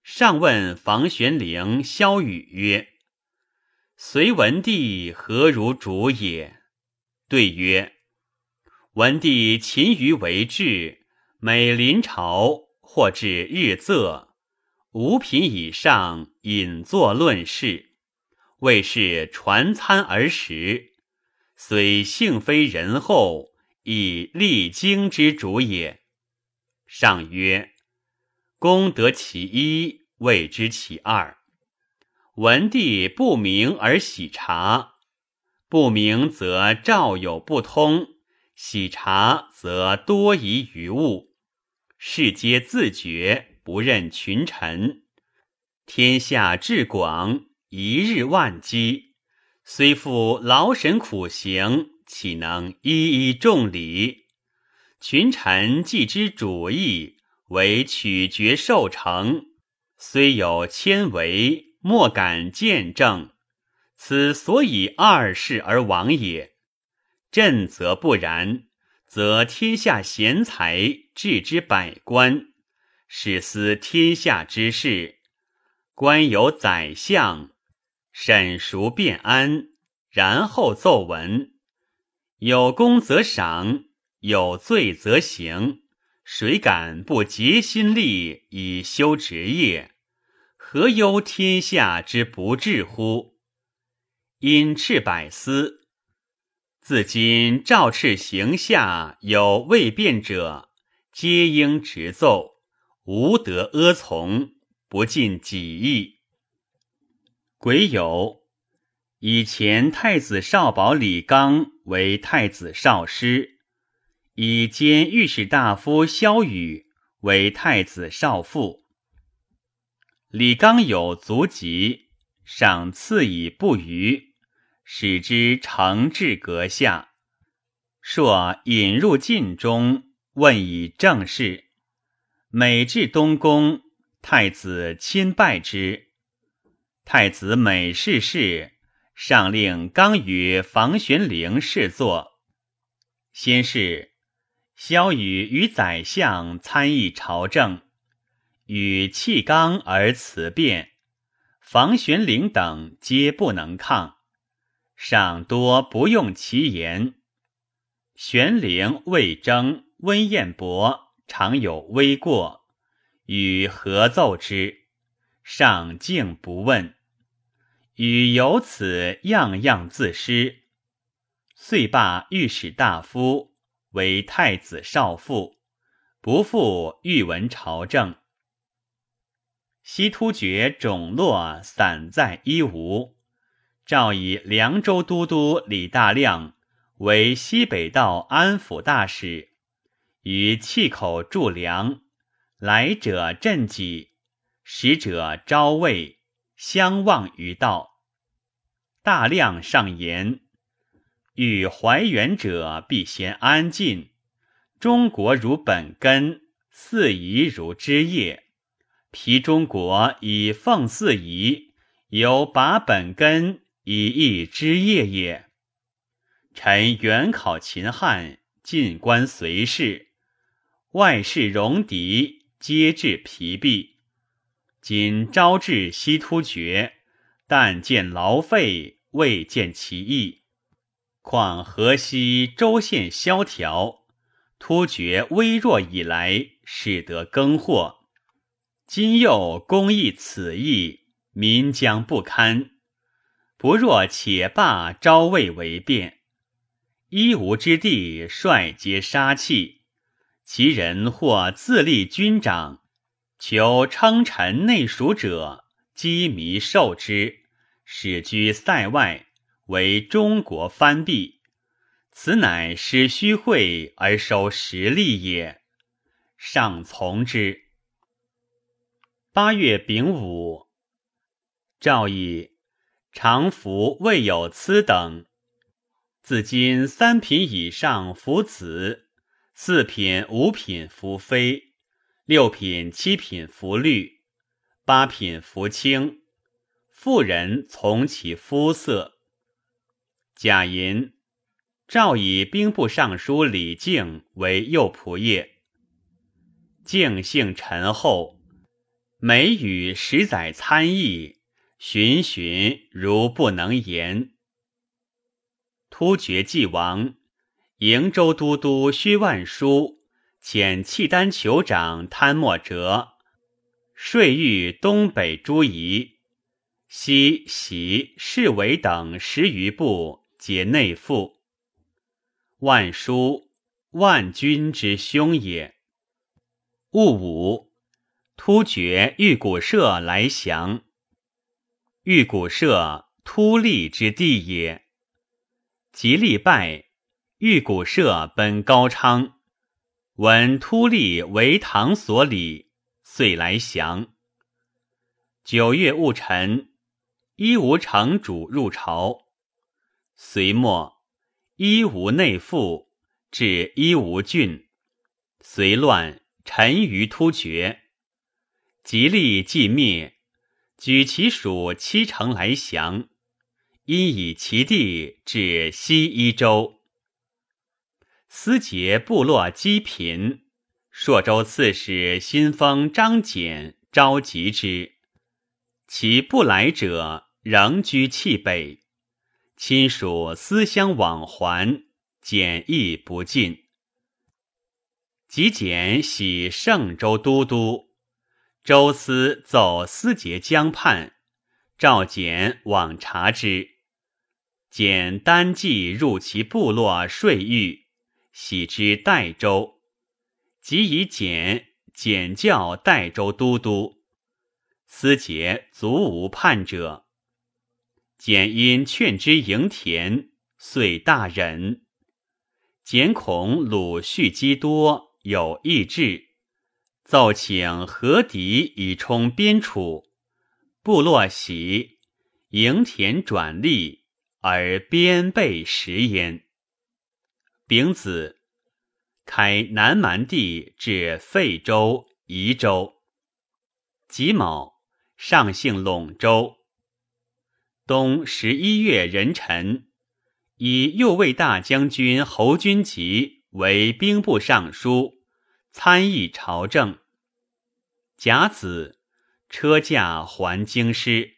上问房玄龄、萧瑀曰：隋文帝何如主也？对曰：文帝勤于为治，每临朝或至日仄，5品以上引坐论事，谓是传餐而食，虽性非仁厚，亦励精之主也。上曰：公得其一，谓之其二。文帝不明而喜察，不明则诏有不通，喜察则多疑于物，事皆自决，不任群臣。天下至广，一日万机，虽复劳神苦行，岂能一一重礼？群臣既知主意，唯取决受成，虽有千违，莫敢见正，此所以二世而亡也。朕则不然，则天下贤才置之百官，始思天下之事，官有宰相，审熟便安，然后奏闻，有功则赏，有罪则刑，谁敢不竭心力以修职业？何忧天下之不治乎？因斥百司，自今诏敕行下有未变者，皆应直奏，无得阿从，不尽己意。癸酉，以前太子少保李纲为太子少师，以兼御史大夫萧瑀为太子少傅。李纲有足疾，赏赐以不虞，使之承制阁下。朔引入禁中，问以政事。每至东宫，太子亲拜之。太子每事事，上令纲与房玄龄侍坐。先是，萧瑀与宰相参议朝政，与弃纲而辞辩，房玄龄等皆不能抗，上多不用其言。玄龄、魏征、温彦博常有微过，与合奏之，上竟不问，与由此样样自失，遂罢御史大夫，为太子少傅，不复御闻朝政。西突厥种落散在伊吾，诏以凉州都督李大亮为西北道安抚大使，于碛口驻粮，来者赈济，使者招慰，相望于道。大亮上言：欲怀远者必先安晋，中国如本根，四夷如枝叶，皮中国以奉四夷，犹拔本根以益枝叶也。臣远考秦汉，近观隋氏，外事戎狄，皆至疲弊。今招致西突厥，但见劳费，未见其意。况河西州县萧条，突厥微弱以来，使得耕获。今又公议此意，民将不堪。不若且罢招魏为变。伊吾之地，率皆杀气，其人或自立军长，求称臣内属者，积靡受之，使居塞外，为中国藩蔽。此乃失虚会而收实力也。上从之。8月丙午，诏以常服未有疵等，自今3品以上服子，4品5品服妃，6品7品服律，8品服卿，妇人从其肤色。甲寅，诏以兵部尚书李靖为右仆射。靖性沉厚， 每与10载参议，循循如不能言。突厥既亡，瀛州都督薛万书遣契丹酋长贪墨哲税狱东北诸夷，西袭侍卫等10余部皆内附。万书，万军之兄也。戊午，突厥玉骨社来降。玉骨社，突利之地也。及利败，玉骨社奔高昌，闻突利为唐所礼，遂来降。9月戊辰，伊吾城主入朝。隋末，伊吾内附，至伊吾郡。隋乱，沉于突厥。吉利既灭，举其属7城来降，因以其地至西伊州。思节部落积贫，朔州刺史新封张简召集之，其不来者仍居弃北。亲属思乡往还，简亦不进。及简徙盛州都督，州司奏思节江畔，召简往察之。简单骑入其部落税狱，徙之代州，即以简教代州都督。思节足无叛者。简因劝之营田，遂大忍。简恐鲁恤积多，有异志，奏请和敌以充边楚。部落喜，营田转利，而边备食焉。丙子，开南蛮地至费州、宜州。己卯，上幸陇州。冬11月壬辰，以右卫大将军侯君集为兵部尚书，参议朝政。甲子，车驾还京师。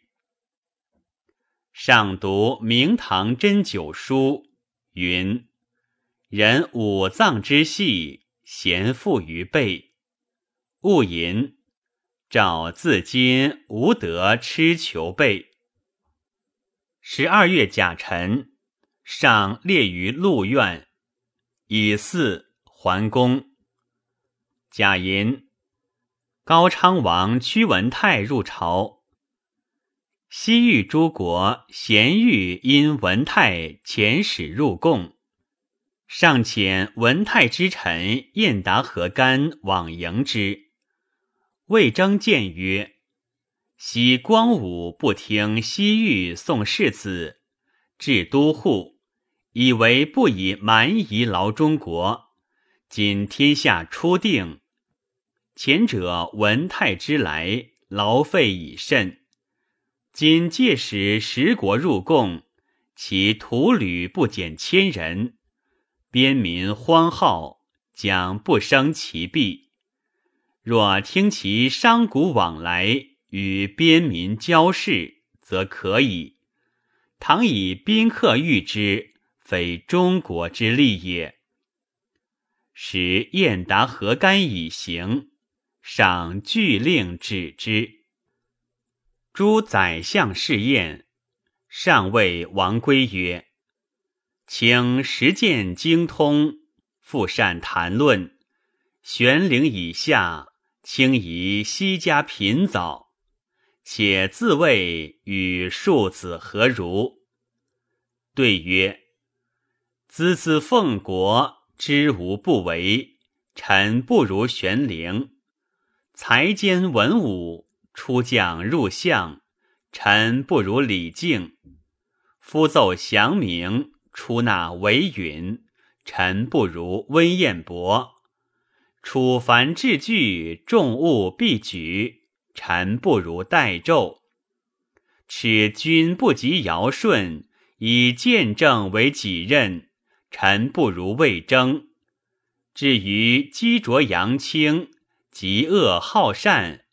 上读明堂真九书，云：人五脏之细，咸附于背。勿淫，诏自今无得吃裘背。12月甲辰，上列于鹿苑，以祀还宫。甲寅，高昌王屈文泰入朝。西域诸国咸欲因文泰遣使入贡，上遣文泰之臣晏达何干往迎之。魏征谏曰：昔光武不听西域宋世子，至都护，以为不以蛮夷劳中国。今天下初定，前者文泰之来，劳费已甚。今届使10国入贡，其徒旅不减1000人，边民荒号，将不生其弊。若听其商贾往来，与边民交事，则可以。倘以宾客遇之，非中国之利也。时晏达何干已行，上具令止之。诸宰相试验，上谓王圭曰：请实践精通，复善谈论，玄灵以下，轻夷西家贫早，且自谓与庶子何如？对曰：孜孜奉国，知无不为，臣不如玄灵。才兼文武，出将入相，臣不如李靖。夫奏降明，出纳韦允，臣不如温彦博。处凡治具，重物必举，臣不如代胄。耻君不及尧舜，以见证为己任，臣不如魏征。至于积浊扬清，极恶好善，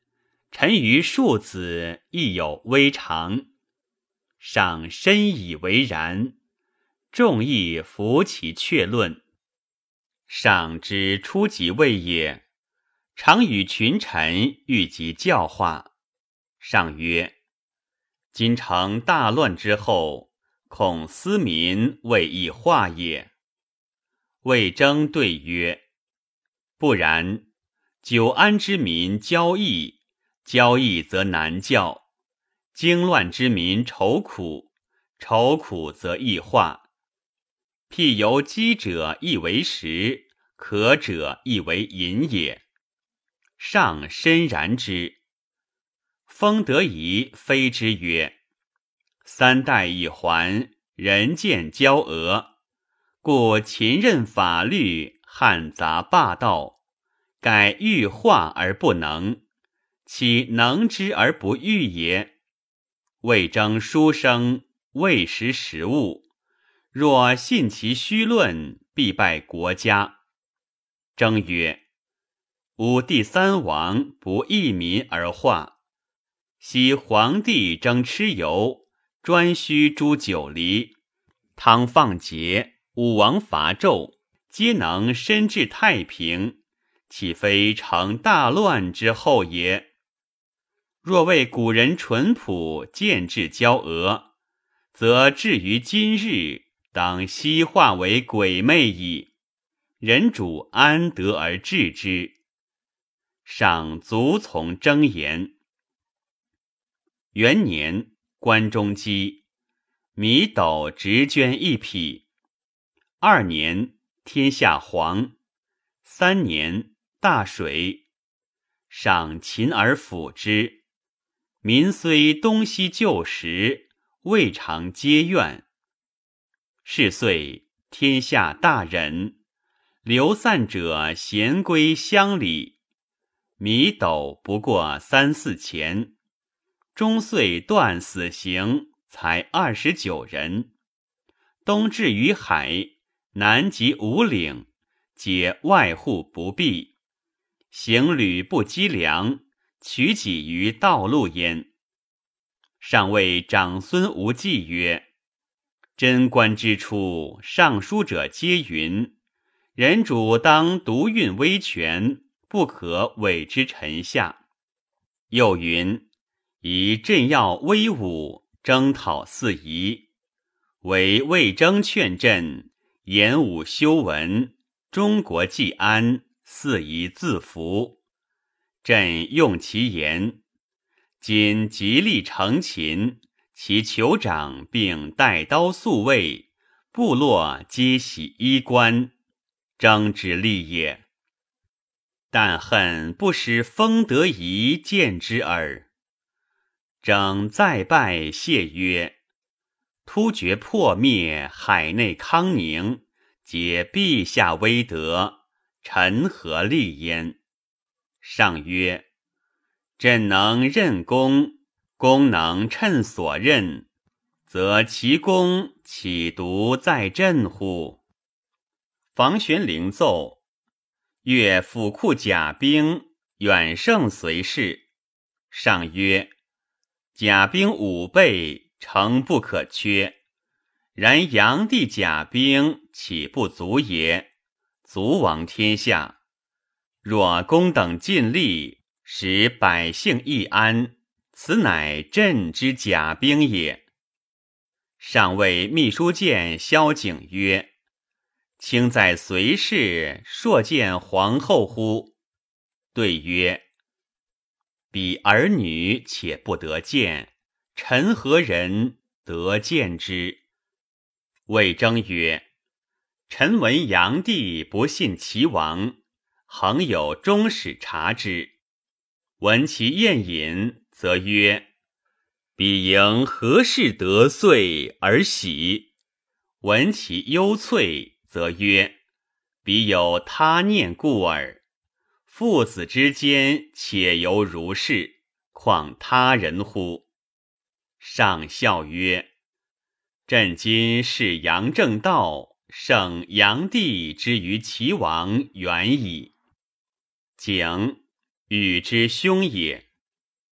臣于庶子亦有微常。上深以为然，众亦服其确论。上之初即位也，常与群臣欲及教化。上曰：今成大乱之后，恐思民未易化也。魏征对曰：不然，久安之民骄逸，骄逸则难教；经乱之民愁苦，愁苦则易化。譬由饥者易为食，渴者易为饮也。上深然之。封德仪非之曰：三代一还，人见骄俄，故秦任法律，汉杂霸道，改欲化而不能，其能之而不欲也？魏征书生，未识时务，若信其虚论，必败国家。征曰：吾第三王不义民而化，昔皇帝争蚩尤，专需诛九黎；汤放桀，武王伐纣，皆能身治太平，岂非成大乱之后也？若为古人淳朴，见志骄俄，则至于今日，当悉化为鬼魅矣。人主安得而治之？上卒从征言。元年，关中饥，米斗直捐一匹。2年，天下黄。3年，大水。上勤而抚之，民虽东西旧时，未尝皆怨。是岁，天下大忍，流散者咸归乡里，米斗不过3、4钱。中岁断死刑，才29人。东至于海，南及五岭，皆外户不闭，行旅不积粮，取己于道路焉。上谓长孙无忌曰：贞观之初，上书者皆云，人主当独运威权，不可委之臣下。又云，以镇要威武，征讨四夷，为魏征劝朕，言武修文，中国既安，四夷自服。朕用其言。今极力成秦，其酋长并带刀宿卫，部落皆喜衣冠，征之利也。但恨不使封德仪见之耳。征再拜谢曰：突厥破灭，海内康宁，皆陛下威德，臣何利焉？上曰：朕能任公，公能趁所任，则其功岂独在朕乎？房玄龄奏：越府库甲兵，远胜随氏。上曰：甲兵5倍，诚不可缺。然炀帝甲兵岂不足也？足亡天下。若公等尽力，使百姓易安，此乃朕之甲兵也。上谓秘书监萧景曰：卿在随氏，硕见皇后乎？对曰：彼儿女且不得见，臣何人得见之？魏征曰：臣闻炀帝不信齐王，恒有中使察之。闻其宴饮，则曰：彼迎何事得遂而喜？闻其忧瘁，则曰：彼有他念故耳。父子之间，且犹如是，况他人乎？上笑曰：朕今是杨正道，胜炀帝之于齐王远矣。景，禹之兄也。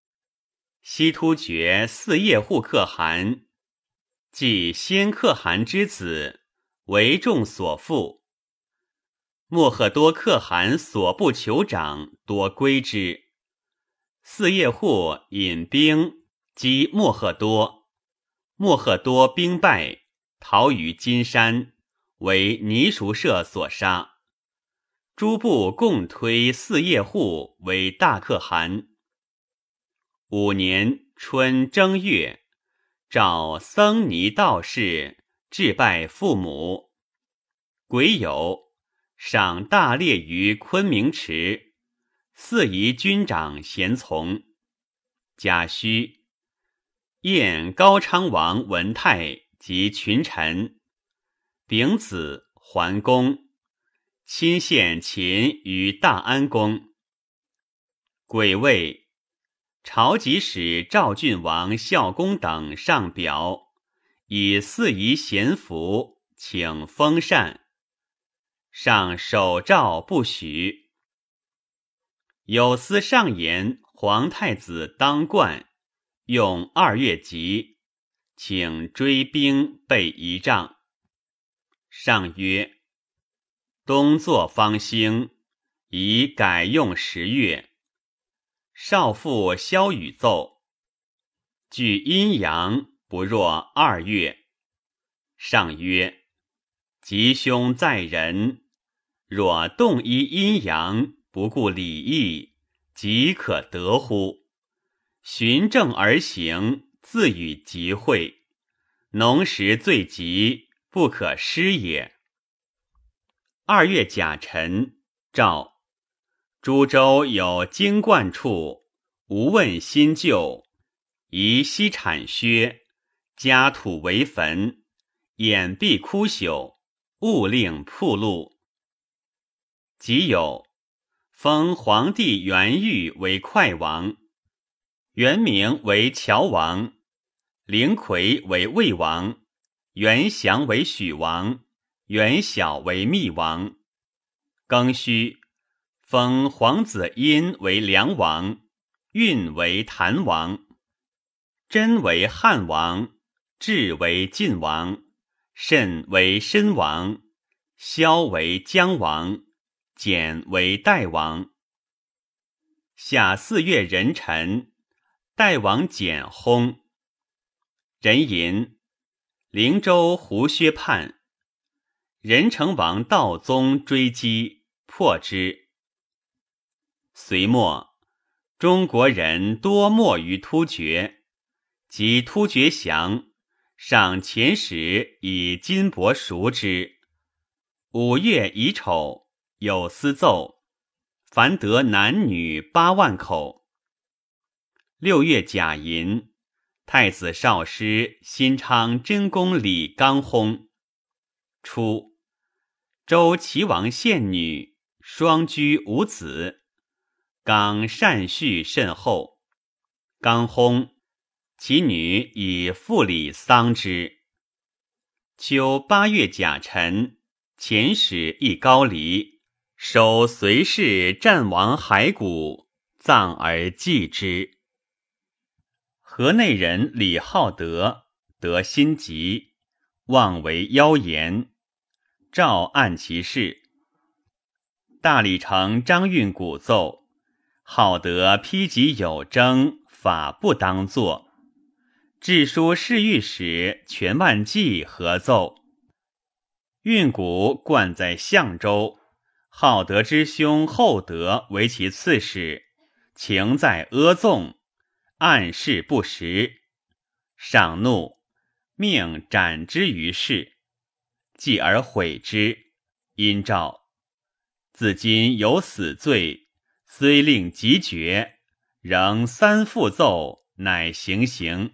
西突厥四叶护可汗，即先可汗之子，为众所附。莫赫多可汗所部酋长多归之。四叶护引兵击莫赫多，莫赫多兵败，逃于金山，为尼熟舍所杀。诸部共推四叶护为大可汗。5年春正月，召僧尼道士致拜父母。癸酉，赏大列于昆明池，四夷军长咸从。甲戌，宴高昌王文泰及群臣。丙子，桓公亲献秦于大安宫。癸未，朝集使赵郡王孝公等上表，以四夷贤服，请封禅。上首诏不许。有司上言皇太子当冠，用2月吉，请追兵备仪仗。上曰：冬作方兴，宜改用10月。少傅萧雨奏，据阴阳不若2月。上曰：吉凶在人，若动依阴阳，不顾礼义，即可得乎？循正而行，自与吉会。农时最吉，不可失也。2月甲辰，诏诸州有经灌处，无问新旧，宜悉铲削，加土为坟，掩蔽枯朽，勿令铺路。己酉，封皇帝元裕为快王，元明为乔王，灵魁为魏王，元祥为许王，元晓为密王。庚戌，封皇子殷为梁王，运为谭王，真为汉王，智为晋王，慎为申王，萧为姜王，简为代王。夏4月壬辰，代王简薨。壬寅，灵州胡薛叛，仁成王道宗追击，破之。隋末，中国人多没于突厥，及突厥降，上遣使以金帛赎之。5月乙丑，有司奏，凡得男女8万口。6月甲寅，太子少师新昌真公李刚薨。初，周齐王献女，双居无子。刚善序甚厚，刚薨，其女以复礼丧之。秋8月甲辰，遣使诣高黎，收隋氏战王骸骨，葬而祭之。河内人李浩德得心疾，妄为妖言，诏按其事。大理丞张运古奏，浩德披疾有征，法不当作。致书侍御史全万骑合奏。运古冠在相州，浩德之兄厚德为其刺史，情在阿纵，暗示不实。上怒，命斩之于市，继而悔之。因诏：自今有死罪，虽令即决，仍3复奏，乃行刑。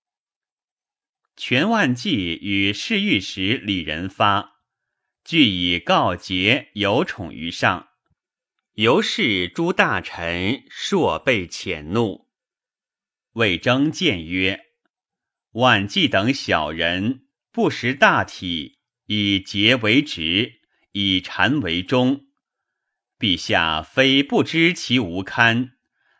全万骑与侍御史李仁发，俱以告捷有宠于上，由是诸大臣硕被谴怒。魏征谏曰：万骑等小人，不识大体，以节为直，以谗为忠。陛下非不知其无堪，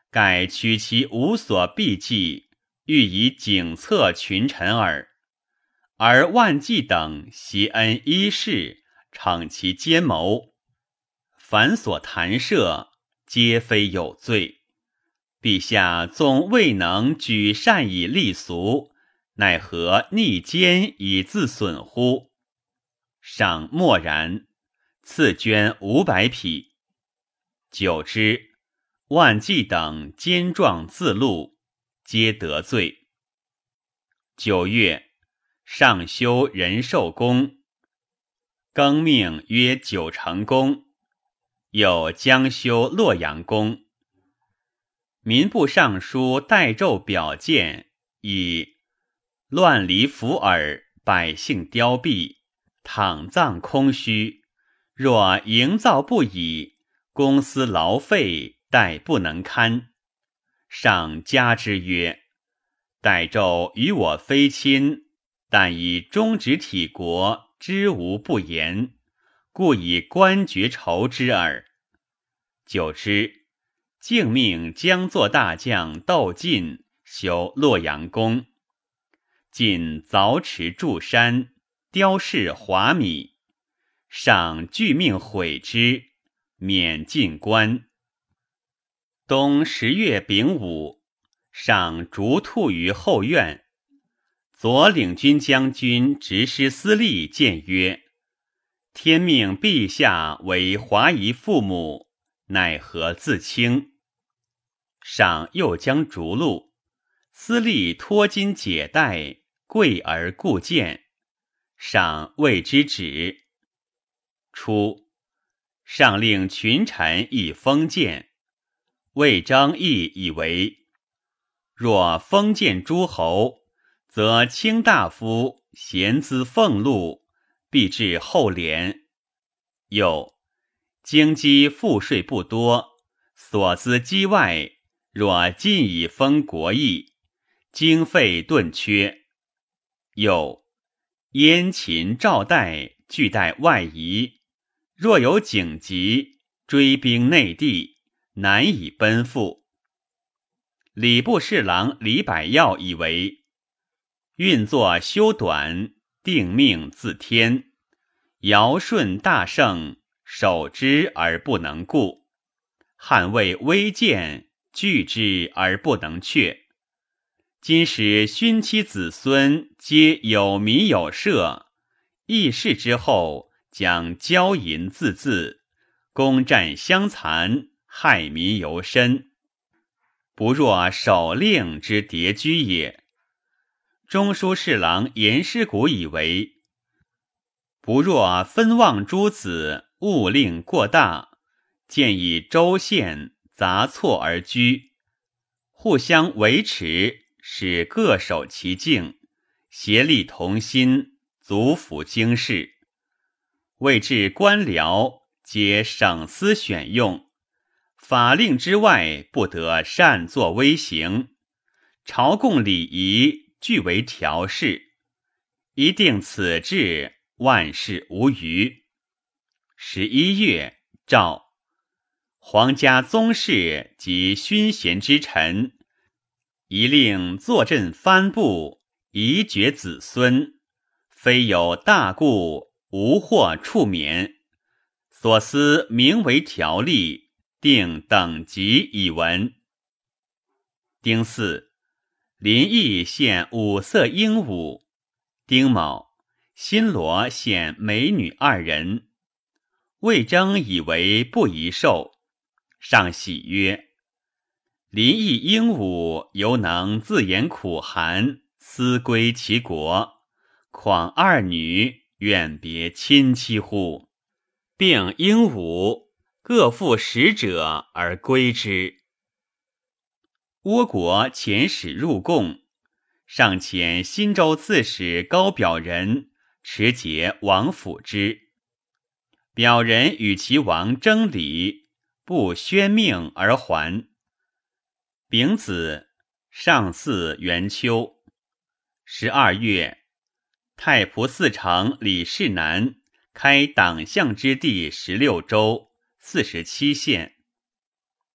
盖取其无所避忌，欲以警策群臣耳。而万计等袭恩依事，逞其奸谋，凡所弹射，皆非有罪。陛下纵未能举善以立俗，奈何逆奸以自损乎？上默然，赐捐500匹。久之，万计等奸状自露，皆得罪。9月，上修仁寿宫，更命曰九成宫，又将修洛阳宫。民部尚书代胄表谏，以乱离伏耳，百姓凋敝，躺葬空虚，若营造不已，公私劳费，殆不能堪。上加之曰：代胄与我非亲，但以忠直体国，知无不言，故以官爵酬之耳。久之，竟命将作大将窦进修洛阳宫。进凿池筑山，雕饰华米，上具命毁之，免进官。冬10月丙午，上逐兔于后院。左领军将军执师司隶谏曰：天命陛下为华夷父母，奈何自轻？上又将逐鹿，司隶脱巾解带，跪而固谏，上谓之止。初，上令群臣议封建，魏征议以为，若封建诸侯，则卿大夫贤资俸禄，必至后廉。又京畿赋税不多，所资畿外，若尽以封国邑，经费顿缺。又燕秦赵代俱待外夷，若有紧急，追兵内地，难以奔赴。礼部侍郎李百药以为，运作修短，定命自天，尧舜大圣，守之而不能固，汉魏微贱，拒之而不能却。今使勋妻子孙皆有弥有社，议事之后，将骄淫自恣，攻占相残，害民尤深，不若守令之迭居也。中书侍郎严师古以为，不若分望诸子，勿令过大，建以州县杂错而居，互相维持，使各守其境，协力同心，足辅经世。谓至官僚，皆省司选用，法令之外，不得擅作威行。朝贡礼仪，俱为调试。一定此制，万事无虞。11月，诏皇家宗室及勋贤之臣，宜令坐镇藩部，宜绝子孙，非有大故，无或处免。所思名为条例，定等级以闻。丁巳，临邑献5色鹦鹉。丁卯，新罗献美女2人。魏征以为不宜受，上喜曰：临邑鹦鹉犹能自言苦寒，思归其国，况2女远别亲戚乎？并鹦鹉各负10者而归之。倭国遣使入贡，上遣新州刺史高表人持节王府之。表人与其王争礼，不宣命而还。丙子，上巳元秋。12月，太仆寺丞李世南开党项之地16州，47县。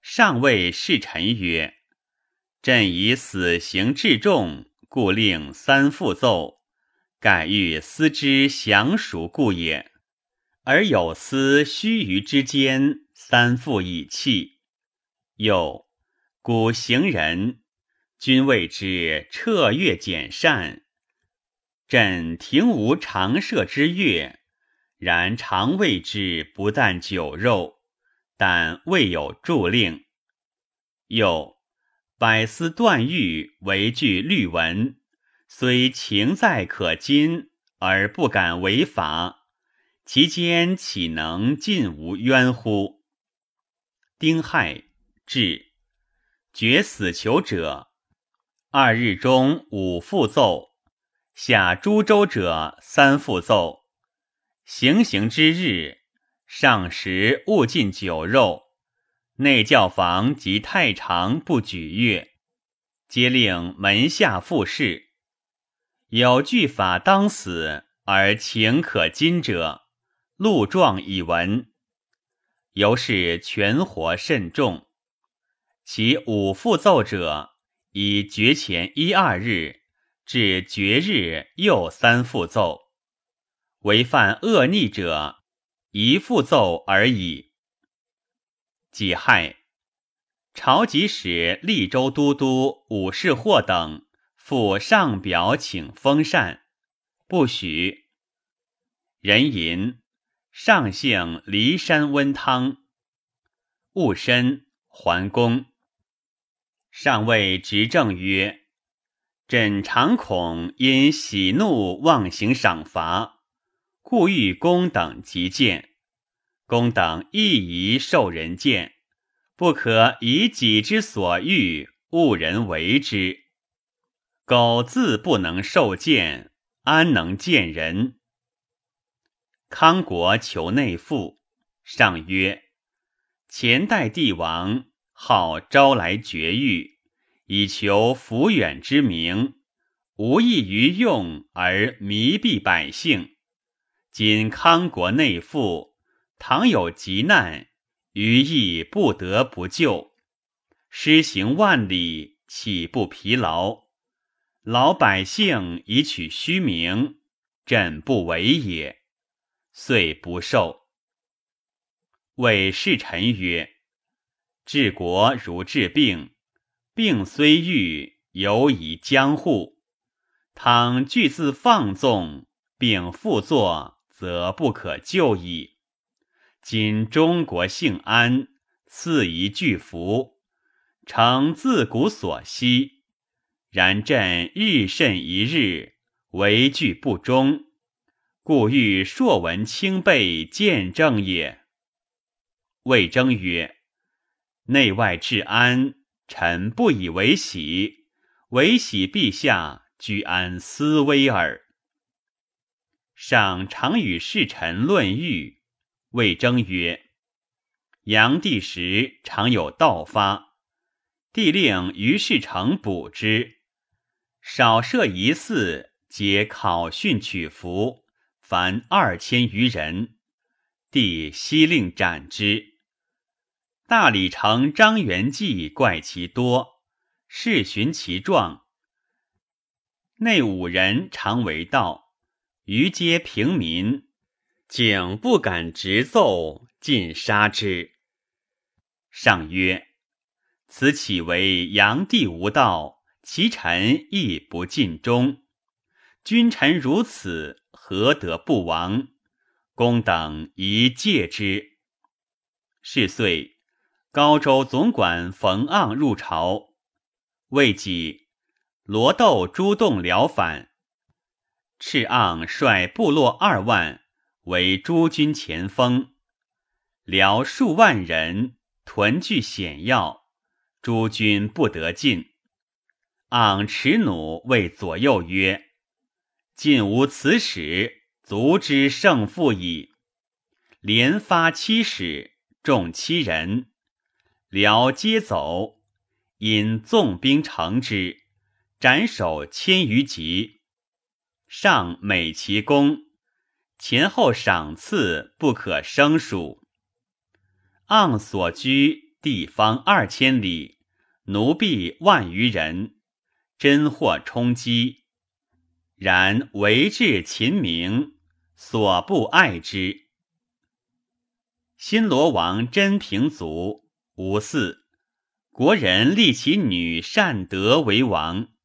上谓侍臣曰：朕以死刑治重，故令三复奏，盖欲思之详熟故也。而有司须臾之间，三复已弃。又古行人，君谓之彻月简善，朕庭无常设之月，然常谓之不但酒肉，但未有著令。又百司断狱为具律文，虽情在可矜，而不敢违法，其间岂能尽无冤乎？丁亥，至，决死囚者2日中5复奏，下诸州者3复奏。行刑之日，上食勿进酒肉，内教坊及太常不举乐，皆令门下复事。有据法当死而情可矜者，录状以闻。由是权活甚重。其5复奏者，以决前1、2日至决日又3复奏。违犯恶逆者1复奏而已。己亥，朝集使利州都督武士霍等赴上表请封禅，不许。人吟，上姓骊山温汤。戊申，还宫。上谓执政曰：朕常恐因喜怒妄行赏罚，故欲公等急见。公等亦宜受人见，不可以己之所欲误人为之。苟自不能受见，安能见人？康国求内附，上曰：前代帝王好招来绝狱，以求抚远之名，无益于用而迷蔽百姓。今康国内附，倘有急难，余亦不得不救。施行万里，岂不疲劳？老百姓以取虚名，朕不为也，遂不受。谓侍臣曰：治国如治病，病虽愈，犹以将护。倘惧自放纵，病复作，则不可救矣。今中国幸安，赐宜巨福，诚自古所希。然朕日甚一日，为惧不忠，故欲朔文清备见证也。魏征曰：内外治安，臣不以为喜，唯喜陛下居安思危耳。上常与侍臣论狱。魏征曰：炀帝时常有盗发，帝令于是城捕之，少设一寺，皆考训取服，凡2000余人，帝悉令斩之。大理丞张元济怪其多，试寻其状，内5人常为盗，余皆平民，竟不敢直奏，尽杀之。上曰：此岂为炀帝无道，其臣亦不尽忠？君臣如此，何得不亡？公等宜戒之。是岁，高州总管冯盎入朝，未几，罗窦诸洞辽反，敕盎率部落2万为诸军前锋，辽数万人屯据险要，诸军不得进。盎持弩谓左右曰：尽无此使，足知胜负矣。连发7使，中7人，辽皆走，因纵兵乘之，斩首1000余级。上美其功，前后赏赐不可胜数。盎所居地方2000里，奴婢万余人，珍货充饥。然为治秦明，所不爱之。新罗王真平卒，无嗣，国人立其女善德为王。